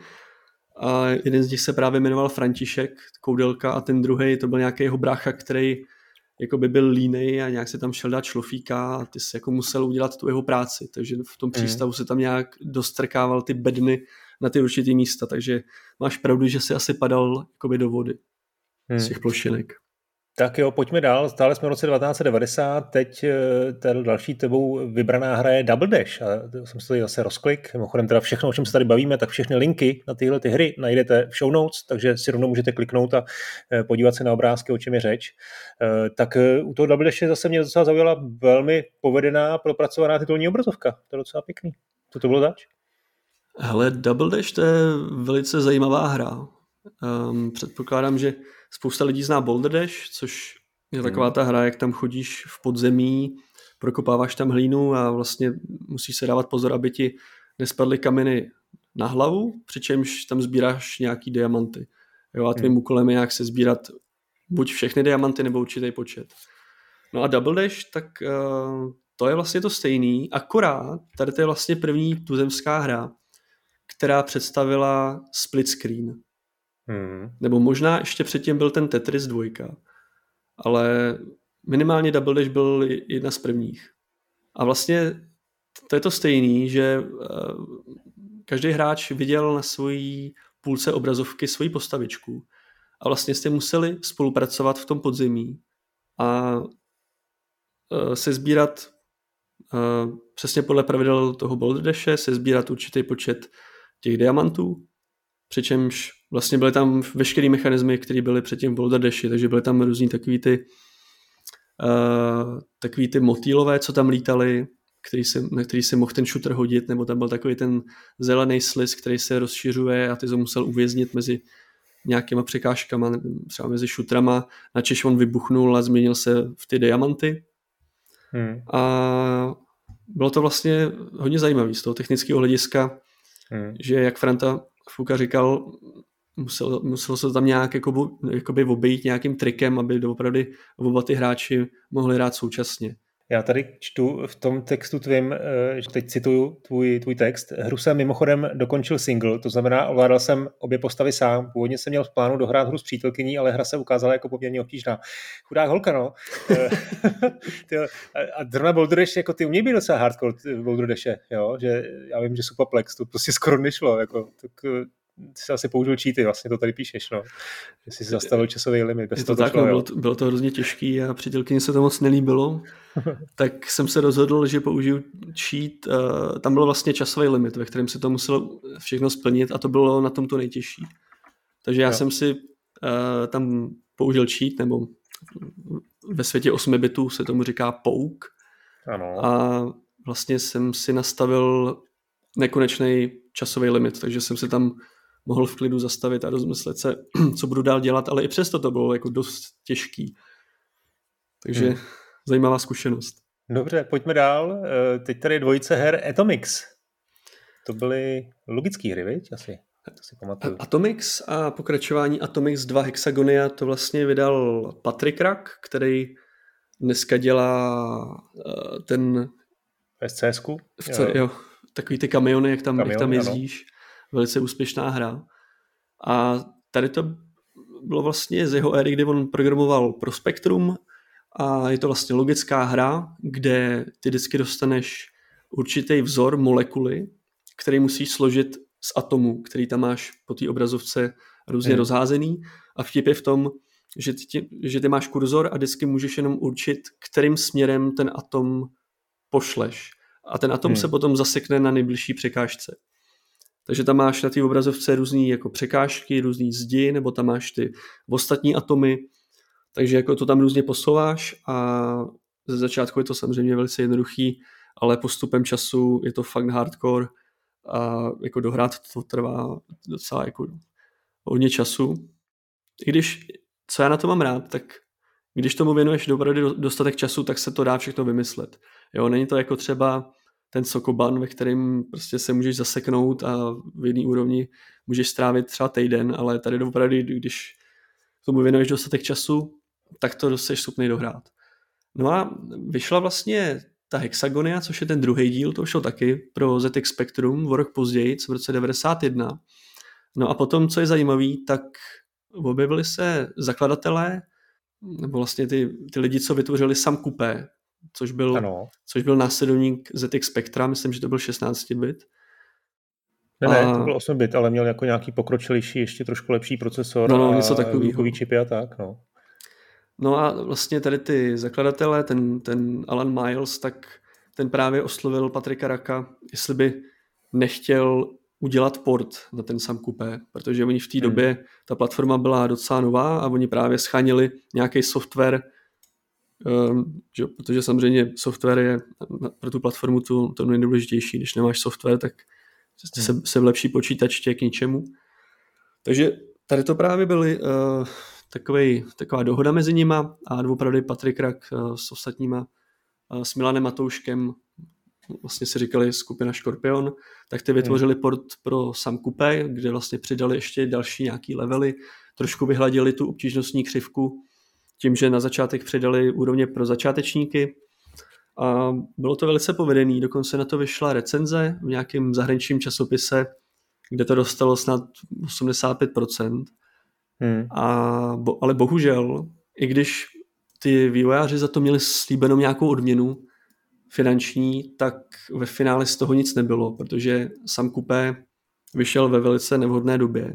a jeden z nich se právě jmenoval František Koudelka a ten druhý to byl nějaký jeho brácha, který jako by byl línej a nějak se tam šel dát šlofíka a ty jsi jako musel udělat tu jeho práci, takže v tom přístavu se tam nějak dostrkával ty bedny na ty určitý místa, takže máš pravdu, že si asi padal jakoby do vody z těch plošinek. Tak jo, pojďme dál. Stále jsme v roce 1990, teď další tebou vybraná hra je Double Dash. A to jsem si tady zase rozklik. Mimochodem teda všechno, o čem se tady bavíme, tak všechny linky na tyhle hry najdete v show notes, takže si rovnou můžete kliknout a podívat se na obrázky, o čem je řeč. Tak u toho Double Dash zase mě docela zaujala velmi povedená, propracovaná titulní obrazovka. To je docela pěkný. Co to bylo zač? Hele, Double Dash to je velice zajímavá hra. Předpokládám, že spousta lidí zná Boulder Dash, což je taková ta hra, jak tam chodíš v podzemí, prokopáváš tam hlínu a vlastně musíš se dávat pozor, aby ti nespadly kameny na hlavu, přičemž tam sbíráš nějaký diamanty. Jo, a tvým úkolem je jak se sbírat buď všechny diamanty nebo určitý počet. No a Double Dash, tak to je vlastně to stejný, akorát tady to je vlastně první tuzemská hra, která představila split screen. Nebo možná ještě předtím byl ten Tetris 2, ale minimálně Double Dash byl jedna z prvních. A vlastně to je to stejný, že každý hráč viděl na svojí půlce obrazovky svoji postavičku a vlastně jste museli spolupracovat v tom podzemí a se sbírat přesně podle pravidel toho Boulder Dashe, se sbírat určitý počet těch diamantů, přičemž vlastně byly tam veškeré mechanismy, které byly předtím v Boulder Dashi, takže byly tam různý takový ty motýlové, co tam lítaly, na který se mohl ten shooter hodit, nebo tam byl takový ten zelený sliz, který se rozšiřuje a ty to musel uvěznit mezi nějakýma překážkama, třeba mezi shooterama, načež on vybuchnul a změnil se v ty diamanty. A bylo to vlastně hodně zajímavé z toho technického hlediska, že jak Franta Fuka říkal, muselo se tam nějak jakoby obejít nějakým trikem, aby opravdu oba ty hráči mohli hrát současně. Já tady čtu v tom textu tvým, že teď cituju tvůj text. Hru jsem mimochodem dokončil single, to znamená, ovládal jsem obě postavy sám. Původně jsem měl v plánu dohrát hru s přítelkyní, ale hra se ukázala jako poměrně obtížná. Chudák holka, no. A zrovna Boulder Dash, jako ty umějí být docela hardcore v Boulder Dashe, jo? Že já vím, že Supaplex, to prostě skoro nešlo, jako, tak ty jsi asi použil cheaty, vlastně to tady píšeš, no. Že jsi zastavil časový limit. Bez to tak, no, bylo to hrozně těžký a přítelkyni se to moc nelíbilo, tak jsem se rozhodl, že použiju cheat. Tam byl vlastně časový limit, ve kterém se to muselo všechno splnit a to bylo na tom to nejtěžší. Takže já jsem si tam použil cheat, nebo ve světě 8 bitů se tomu říká poke. Ano. A vlastně jsem si nastavil nekonečný časový limit, takže jsem si tam mohl v klidu zastavit a rozmyslet se, co budu dál dělat, ale i přesto to bylo jako dost těžký. Takže zajímavá zkušenost. Dobře, pojďme dál. Teď tady je dvojice her Atomix. To byly logické hry, viď? Asi. To si pamatuju. Atomix a pokračování Atomix 2 Hexagonia to vlastně vydal Patrick Rack, který dneska dělá ten... SCSku? Jo, takový ty kamiony, jak tam jezdíš. Ano. Velice úspěšná hra. A tady to bylo vlastně z jeho éry, kdy on programoval pro Spectrum a je to vlastně logická hra, kde ty vždycky dostaneš určitý vzor molekuly, který musíš složit z atomů, který tam máš po té obrazovce různě rozházený a vtip je v tom, že ty máš kurzor a vždycky můžeš jenom určit, kterým směrem ten atom pošleš. A ten atom se potom zasekne na nejbližší překážce. Takže tam máš na té obrazovce různý jako překážky, různý zdi, nebo tam máš ty ostatní atomy. Takže jako to tam různě posouváš a ze začátku je to samozřejmě velice jednoduchý, ale postupem času je to fakt hardcore a jako dohrát to trvá docela jako hodně času. I když, co já na to mám rád, tak když tomu věnuješ opravdu dostatek času, tak se to dá všechno vymyslet. Jo, není to jako třeba ten Sokoban, ve kterém prostě se můžeš zaseknout a v jedné úrovni můžeš strávit třeba týden, ale tady opravdu, když tomu věnuješ dostatek času, tak to jsi schopný dohrát. No a vyšla vlastně ta Hexagonia, což je ten druhý díl, to šlo taky pro ZX Spectrum o rok později, v roce 1991. No a potom, co je zajímavý, tak objevili se zakladatelé, nebo vlastně ty lidi, co vytvořili Sam Coupé, což byl následovník ZX Spectra, myslím, že to byl 16 bit. Ne, to byl 8 bit, ale měl jako nějaký pokročilejší, ještě trošku lepší procesor a něco takového. Čipy a tak, no. No a vlastně tady ty zakladatelé, ten Alan Miles, tak ten právě oslovil Patricka Racka, jestli by nechtěl udělat port na ten Sam Coupé, protože oni v té době, ta platforma byla docela nová a oni právě schánili nějaký software, protože samozřejmě software je pro tu platformu to nejdůležitější. Když nemáš software, tak se vlepší počítač tě k ničemu. Takže tady to právě byly taková dohoda mezi nima a opravdu Patrick Rack s ostatníma, s Milanem Matouškem, vlastně si říkali skupina Škorpion, tak ty vytvořili port pro Sam Coupé, kde vlastně přidali ještě další nějaký levely, trošku vyhladili tu obtížnostní křivku tím, že na začátek přidali úrovně pro začátečníky A bylo to velice povedený, dokonce na to vyšla recenze v nějakém zahraničním časopise, kde to dostalo snad 85%. Ale bohužel, i když ty vývojáři za to měli slíbenou nějakou odměnu finanční, tak ve finále z toho nic nebylo, protože Sam Coupé vyšel ve velice nevhodné době,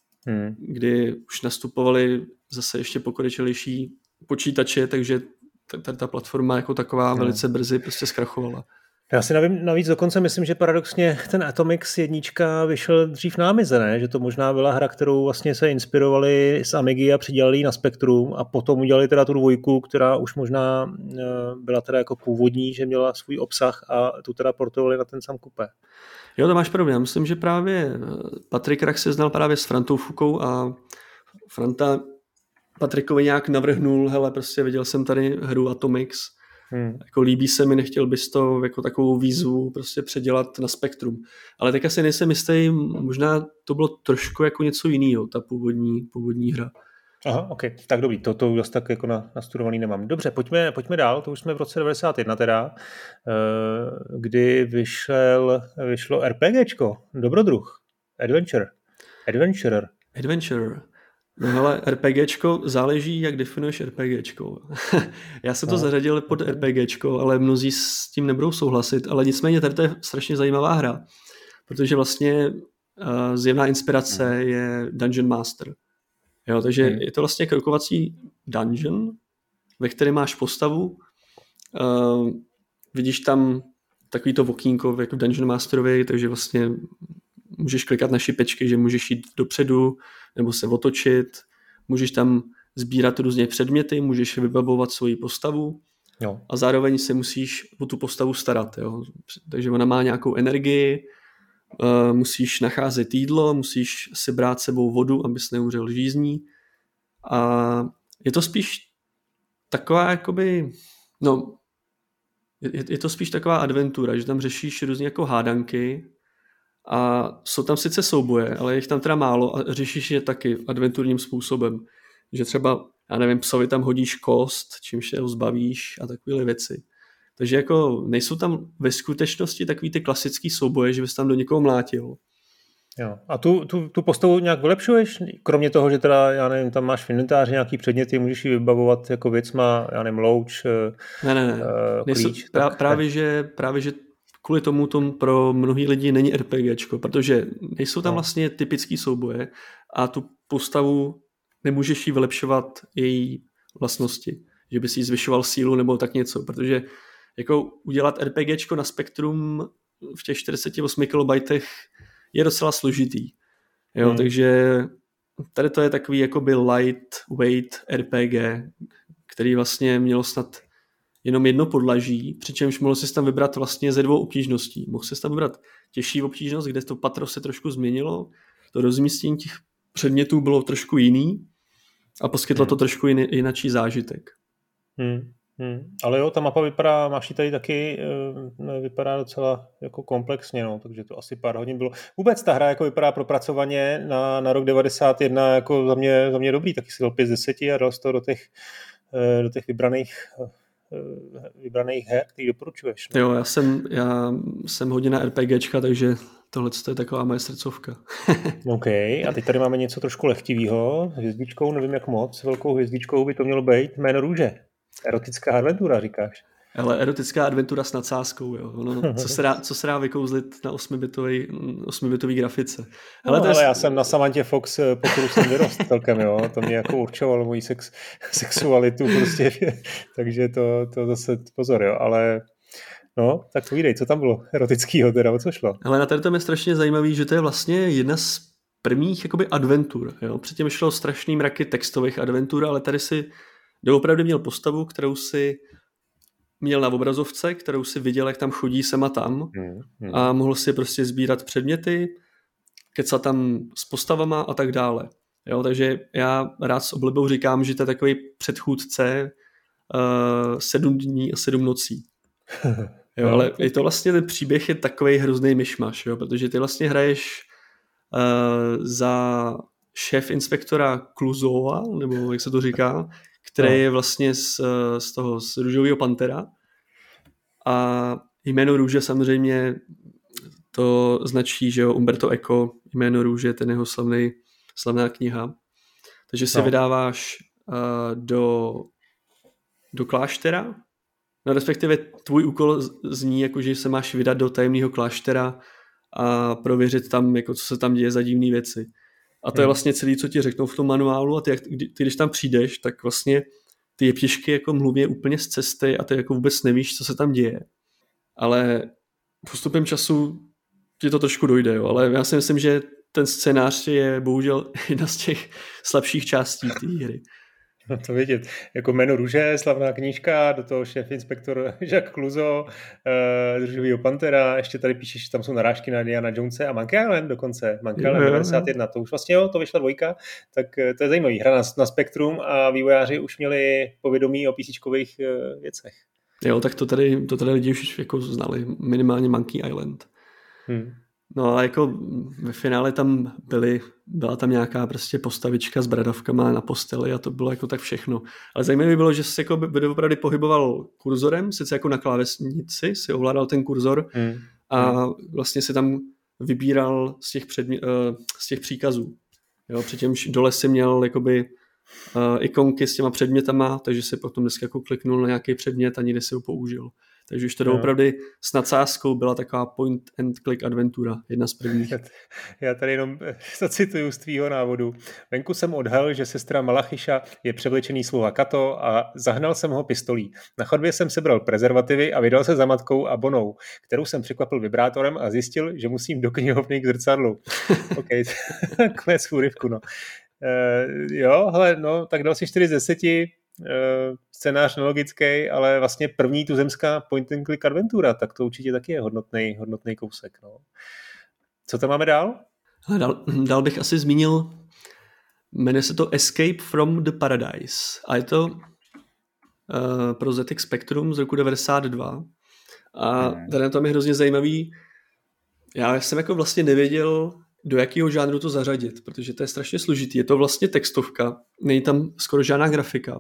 kdy už nastupovali zase ještě pokročilejší počítače, takže ta platforma jako taková velice brzy prostě zkrachovala. Já si navíc dokonce myslím, že paradoxně ten Atomix 1 vyšel dřív na Amize, ne? Že to možná byla hra, kterou vlastně se inspirovali z Amigy a přidělali na Spectrum a potom udělali teda tu 2, která už možná byla teda jako původní, že měla svůj obsah a tu teda portovali na ten Sam Coupé. Jo, to máš pravdu. Já myslím, že právě Patrik Rach se znal právě s Frantou Fukou a Franta Patrikovi nějak navrhnul, hele, prostě viděl jsem tady hru Atomix, jako líbí se mi, nechtěl bys to jako takovou výzvu prostě předělat na Spektrum. Ale teď asi nejsem jistý, možná to bylo trošku jako něco jiného, ta původní hra. Aha, ok, tak dobrý, to už tak jako nastudovaný nemám. Dobře, pojďme dál, to už jsme v roce 91 teda, kdy vyšlo RPGčko, Dobrodruh, Adventurer. No hele, RPGčko, záleží, jak definuješ RPGčko. Já jsem to zařadil pod RPGčko, ale mnozí s tím nebudou souhlasit, ale nicméně tady to je strašně zajímavá hra, protože vlastně zjevná inspirace je Dungeon Master. Jo, takže je to vlastně krokovací dungeon, ve kterém máš postavu, vidíš tam takový to okýnko jako v Dungeon Masterovi, takže vlastně můžeš klikat na šipečky, že můžeš jít dopředu nebo se otočit, můžeš tam sbírat různě předměty, můžeš vybavovat svoji postavu a zároveň se musíš o tu postavu starat. Jo. Takže ona má nějakou energii, musíš nacházet jídlo, musíš si brát sebou vodu, abys neumřel žízní. A je to spíš taková jakoby, je to spíš taková adventura, že tam řešíš různě jako hádanky a jsou tam sice souboje, ale je jich tam teda málo a řešíš je taky adventurním způsobem. Že třeba, já nevím, psovi tam hodíš kost, čímž se ho zbavíš a takové věci. Takže jako nejsou tam ve skutečnosti takový ty klasický souboje, že bys tam do někoho mlátil. Jo. A tu postavu nějak vylepšuješ? Kromě toho, že teda, já nevím, tam máš v inventáři nějaký předměty, můžeš ji vybavovat jako věcma, já nevím, louč, klíč. Právě, že kvůli tomu pro mnohý lidi není RPGčko, protože nejsou tam vlastně typický souboje a tu postavu nemůžeš jí vylepšovat její vlastnosti, že bys jí zvyšoval sílu nebo tak něco, protože jako udělat RPGčko na Spektrum v těch 48 KB je docela složitý. Jo, takže tady to je takový jakoby lightweight RPG, který vlastně mělo snad jenom jedno podlaží, přičemž mohl si tam vybrat vlastně ze 2 obtížností. Mohl si tam vybrat těžší obtížnost, kde to patro se trošku změnilo, to rozmístění těch předmětů bylo trošku jiný a poskytlo to trošku jinačí zážitek. Ale jo, ta mapa vypadá, máš ji tady taky, vypadá docela jako komplexně, takže to asi pár hodin bylo. Vůbec ta hra jako vypadá propracovaně na rok 91 jako za mě dobrý, taky si dal 5 z 10 a dal z toho do těch vybraných her, který doporučuješ. Jo, já jsem hodně na RPGčka, takže tohle je taková moje srdcovka. OK, a teď tady máme něco trošku lehtivýho, hvězdičkou, nevím jak moc, velkou hvězdičkou by to mělo být, Jméno růže. Erotická adventura, říkáš? Ale erotická adventura s nadsázkou, jo. Co se dá vykouzlit na 8-bitový grafice. Ale já jsem na Samantě Fox, pokud jsem vyrost celkem, jo. To mě jako určovalo moji sexualitu prostě, takže to zase pozor, jo. Ale tak povídej, co tam bylo erotického teda, o co šlo? Ale na tady je strašně zajímavý, že to je vlastně jedna z prvních jakoby adventur, jo. Předtím šlo strašný mraky textových adventur, ale tady si doopravdy měl postavu, kterou si měl na obrazovce, kterou si viděl, jak tam chodí sem a tam a mohl si prostě sbírat předměty, kecat tam s postavama a tak dále. Jo, takže já rád s oblibou říkám, že to je takový předchůdce 7 dní a 7 nocí. Jo, ale je to vlastně, ten příběh je takovej hrozný myšmaš, jo, protože ty vlastně hraješ za šéf inspektora Kluzova, nebo jak se to říká, který je vlastně z Růžového pantera. A Jméno růže samozřejmě to značí, že jo, Umberto Eco, Jméno růže, ten jeho slavná kniha. Takže se vydáváš do kláštera, no respektive tvůj úkol zní, jako, že se máš vydat do tajemného kláštera a prověřit tam, jako, co se tam děje za divné věci. A to je vlastně celé, co ti řeknou v tom manuálu a ty když tam přijdeš, tak vlastně ty jeptišky jako mluví úplně z cesty a ty jako vůbec nevíš, co se tam děje. Ale postupem času ti to trošku dojde, jo. Ale já si myslím, že ten scénář je bohužel jedna z těch slabších částí té hry. No to vidět. Jako Jméno růže, slavná knížka, do toho šéf inspektor Jacques Clouseau, Růžovýho pantera, ještě tady píšeš, že tam jsou narážky na Indiana Jonese a Monkey Island dokonce. Monkey Island 91, to už vlastně to vyšla 2, tak to je zajímavý. Hra na Spektrum a vývojáři už měli povědomí o PCčkových věcech. Jo, tak to tady lidi už jako znali, minimálně Monkey Island. No ale jako ve finále tam byla tam nějaká prostě postavička s bradavkama na posteli a to bylo jako tak všechno. Ale zajímavé bylo, že jsi jako opravdu pohyboval kurzorem, sice jako na klávesnici si ovládal ten kurzor a vlastně si tam vybíral z těch příkazů. Jo, přičemž dole si měl jakoby ikonky s těma předmětama, takže si potom dneska jako kliknul na nějaký předmět a někde si ho použil. Takže už to doopravdy s nadsázkou byla taková point and click adventura, jedna z prvních. Já tady jenom zacituju z tvýho návodu. Venku jsem odhalil, že sestra Malachyša je převlečený sluha Kato a zahnal jsem ho pistolí. Na chodbě jsem sebral prezervativy a vydal se za matkou a Bonou, kterou jsem překvapil vibrátorem a zjistil, že musím do knihovny k zrcadlu. OK, konec úryvku, no. Jo, hele, no, tak dal si 4 z 10, scénář nelogický, ale vlastně první tuzemská point and click adventura, tak to určitě taky je hodnotný kousek. No. Co tam máme dál? Dál bych asi zmínil, jmenuje se to Escape from the Paradise a je to pro ZX Spectrum z roku 92 a tady na tom je hrozně zajímavý. Já jsem jako vlastně nevěděl, do jakého žánru to zařadit, protože to je strašně složitý. Je to vlastně textovka, není tam skoro žádná grafika.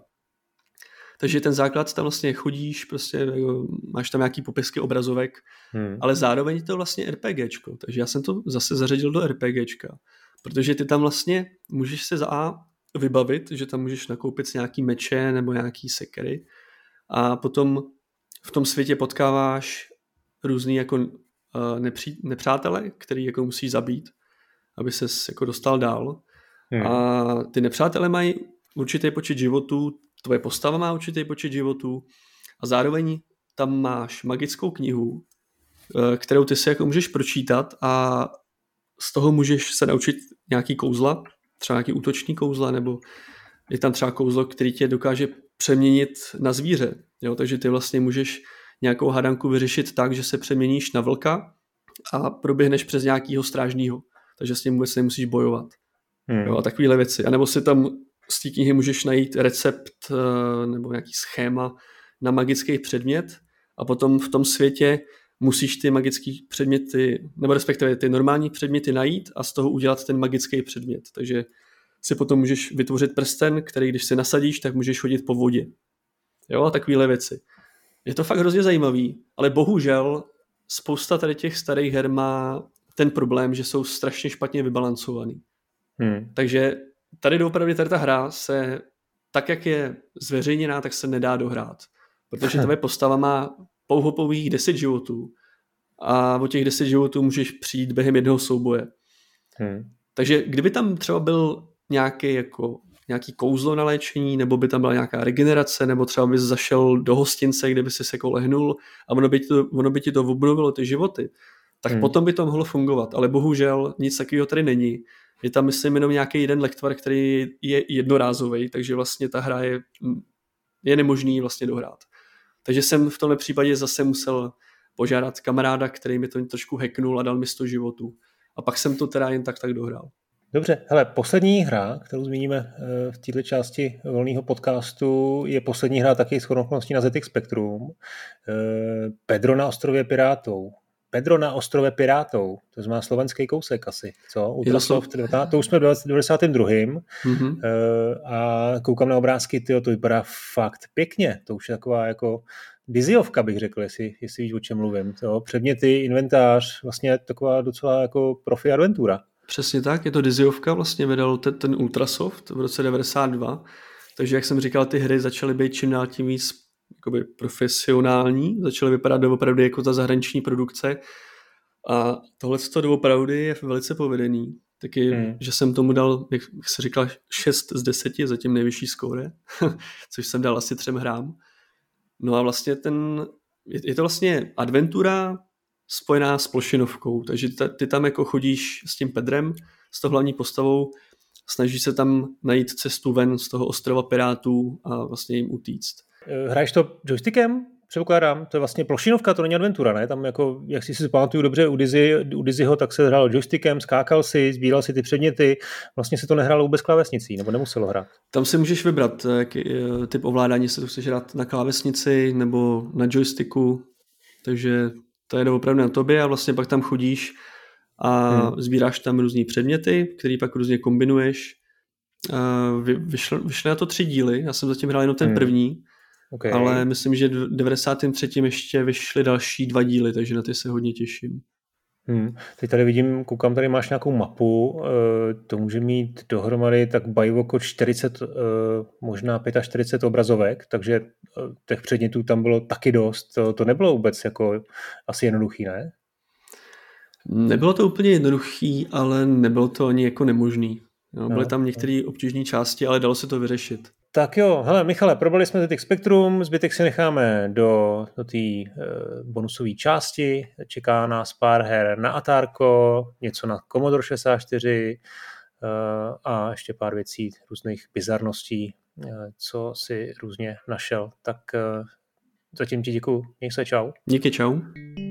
Takže ten základ, tam vlastně chodíš, prostě máš tam nějaký popisky obrazovek, ale zároveň je to vlastně RPGčko. Takže já jsem to zase zařadil do RPGčka, protože ty tam vlastně můžeš se vybavit, že tam můžeš nakoupit nějaký meče nebo nějaký sekery a potom v tom světě potkáváš různý jako nepřátele, který jako musíš zabít, aby ses jako dostal dál. A ty nepřátelé mají určitý počet životů, tvoje postava má určitý počet životů a zároveň tam máš magickou knihu, kterou ty si jako můžeš pročítat a z toho můžeš se naučit nějaký kouzla, třeba nějaký útoční kouzla, nebo je tam třeba kouzlo, který tě dokáže přeměnit na zvíře. Jo? Takže ty vlastně můžeš nějakou hadanku vyřešit tak, že se přeměníš na vlka a proběhneš přes nějakýho strážního. Takže s tím vůbec nemusíš bojovat. Jo, a takovéhle věci. A nebo si tam z té knihy můžeš najít recept nebo nějaký schéma na magický předmět a potom v tom světě musíš ty magické předměty, nebo respektive ty normální předměty najít a z toho udělat ten magický předmět. Takže si potom můžeš vytvořit prsten, který když se nasadíš, tak můžeš chodit po vodě. Jo, a takovéhle věci. Je to fakt hrozně zajímavý, ale bohužel spousta tady těch starých her má ten problém, že jsou strašně špatně vybalancovaný. Takže tady doopravdy ta hra se, tak jak je zveřejněná, tak se nedá dohrát. Protože tvoje postava má pouhých 10 životů a o těch 10 životů můžeš přijít během jednoho souboje. Takže kdyby tam třeba byl nějaký kouzlo na léčení, nebo by tam byla nějaká regenerace, nebo třeba bys zašel do hostince, kde by si se jako lehnul a ono by ti to obnovilo ty životy, tak potom by to mohlo fungovat. Ale bohužel nic takového tady není. Je tam, myslím, jenom nějaký jeden lektvar, který je jednorázový, takže vlastně ta hra je nemožný vlastně dohrát. Takže jsem v tomhle případě zase musel požádat kamaráda, který mi to trošku hacknul a dal mi 100 životů. A pak jsem to teda jen tak dohrál. Dobře, hele, poslední hra, kterou zmíníme v této části volného podcastu, je poslední hra taky shodou okolností na ZX Spectrum. Pedro na ostrově Pirátů. Pedro na ostrově Pirátů. To znamená slovenský kousek asi. Co? Ultrasoft, to už jsme v 92. A koukám na obrázky, to vypadá fakt pěkně. To už je taková jako Diziovka bych řekl, jestli víš, o čem mluvím. Jo? Předměty, inventář, vlastně taková docela jako profi adventura. Přesně tak, je to Diziovka, vlastně vydal ten Ultrasoft v roce 92, takže jak jsem říkal, ty hry začaly být čím dál tím víc jakoby profesionální, začaly vypadat doopravdy jako ta zahraniční produkce a tohleto doopravdy je velice povedený. Taky, že jsem tomu dal, jak se říkal, 6 z 10, zatím nejvyšší skóre, což jsem dal asi 3 hrám. No a vlastně je to vlastně adventura spojená s plošinovkou, takže ty tam jako chodíš s tím Pedrem, s tou hlavní postavou, snažíš se tam najít cestu ven z toho ostrova pirátů a vlastně jim utíct. Hraješ to joystickem? Předpokládám, to je vlastně plošinovka, to není adventura, ne? Tam jako, jak si pamatuju dobře u Dizzyho, tak se hrálo joystickem, skákal si, sbíral si ty předměty, vlastně se to nehrálo vůbec klávesnicí, nebo nemuselo hrát. Tam si můžeš vybrat typ ovládání, jestli to chceš hrát na klávesnici nebo na joysticku, takže to je opravdu na tobě a vlastně pak tam chodíš a sbíráš tam různý předměty, který pak různě kombinuješ. Vyšly na to 3 díly, já jsem zatím hrál jenom ten první, okay. Ale myslím, že v 93. ještě vyšly další 2 díly, takže na ty se hodně těším. Teď tady vidím, koukám, tady máš nějakou mapu, to může mít dohromady tak bajvoko 40, možná 45 obrazovek, takže těch předmětů tam bylo taky dost. To nebylo vůbec jako asi jednoduchý, ne? Nebylo to úplně jednoduchý, ale nebylo to ani jako nemožný. No, byly tam některé obtížné části, ale dalo se to vyřešit. Tak jo, hele Michale, probrali jsme ZX Spectrum, zbytek si necháme do té bonusové části, čeká nás pár her na Atárko, něco na Commodore 64 a ještě pár věcí, různých bizarností, co si různě našel. Tak zatím ti děkuju, měj se, čau. Díky, čau.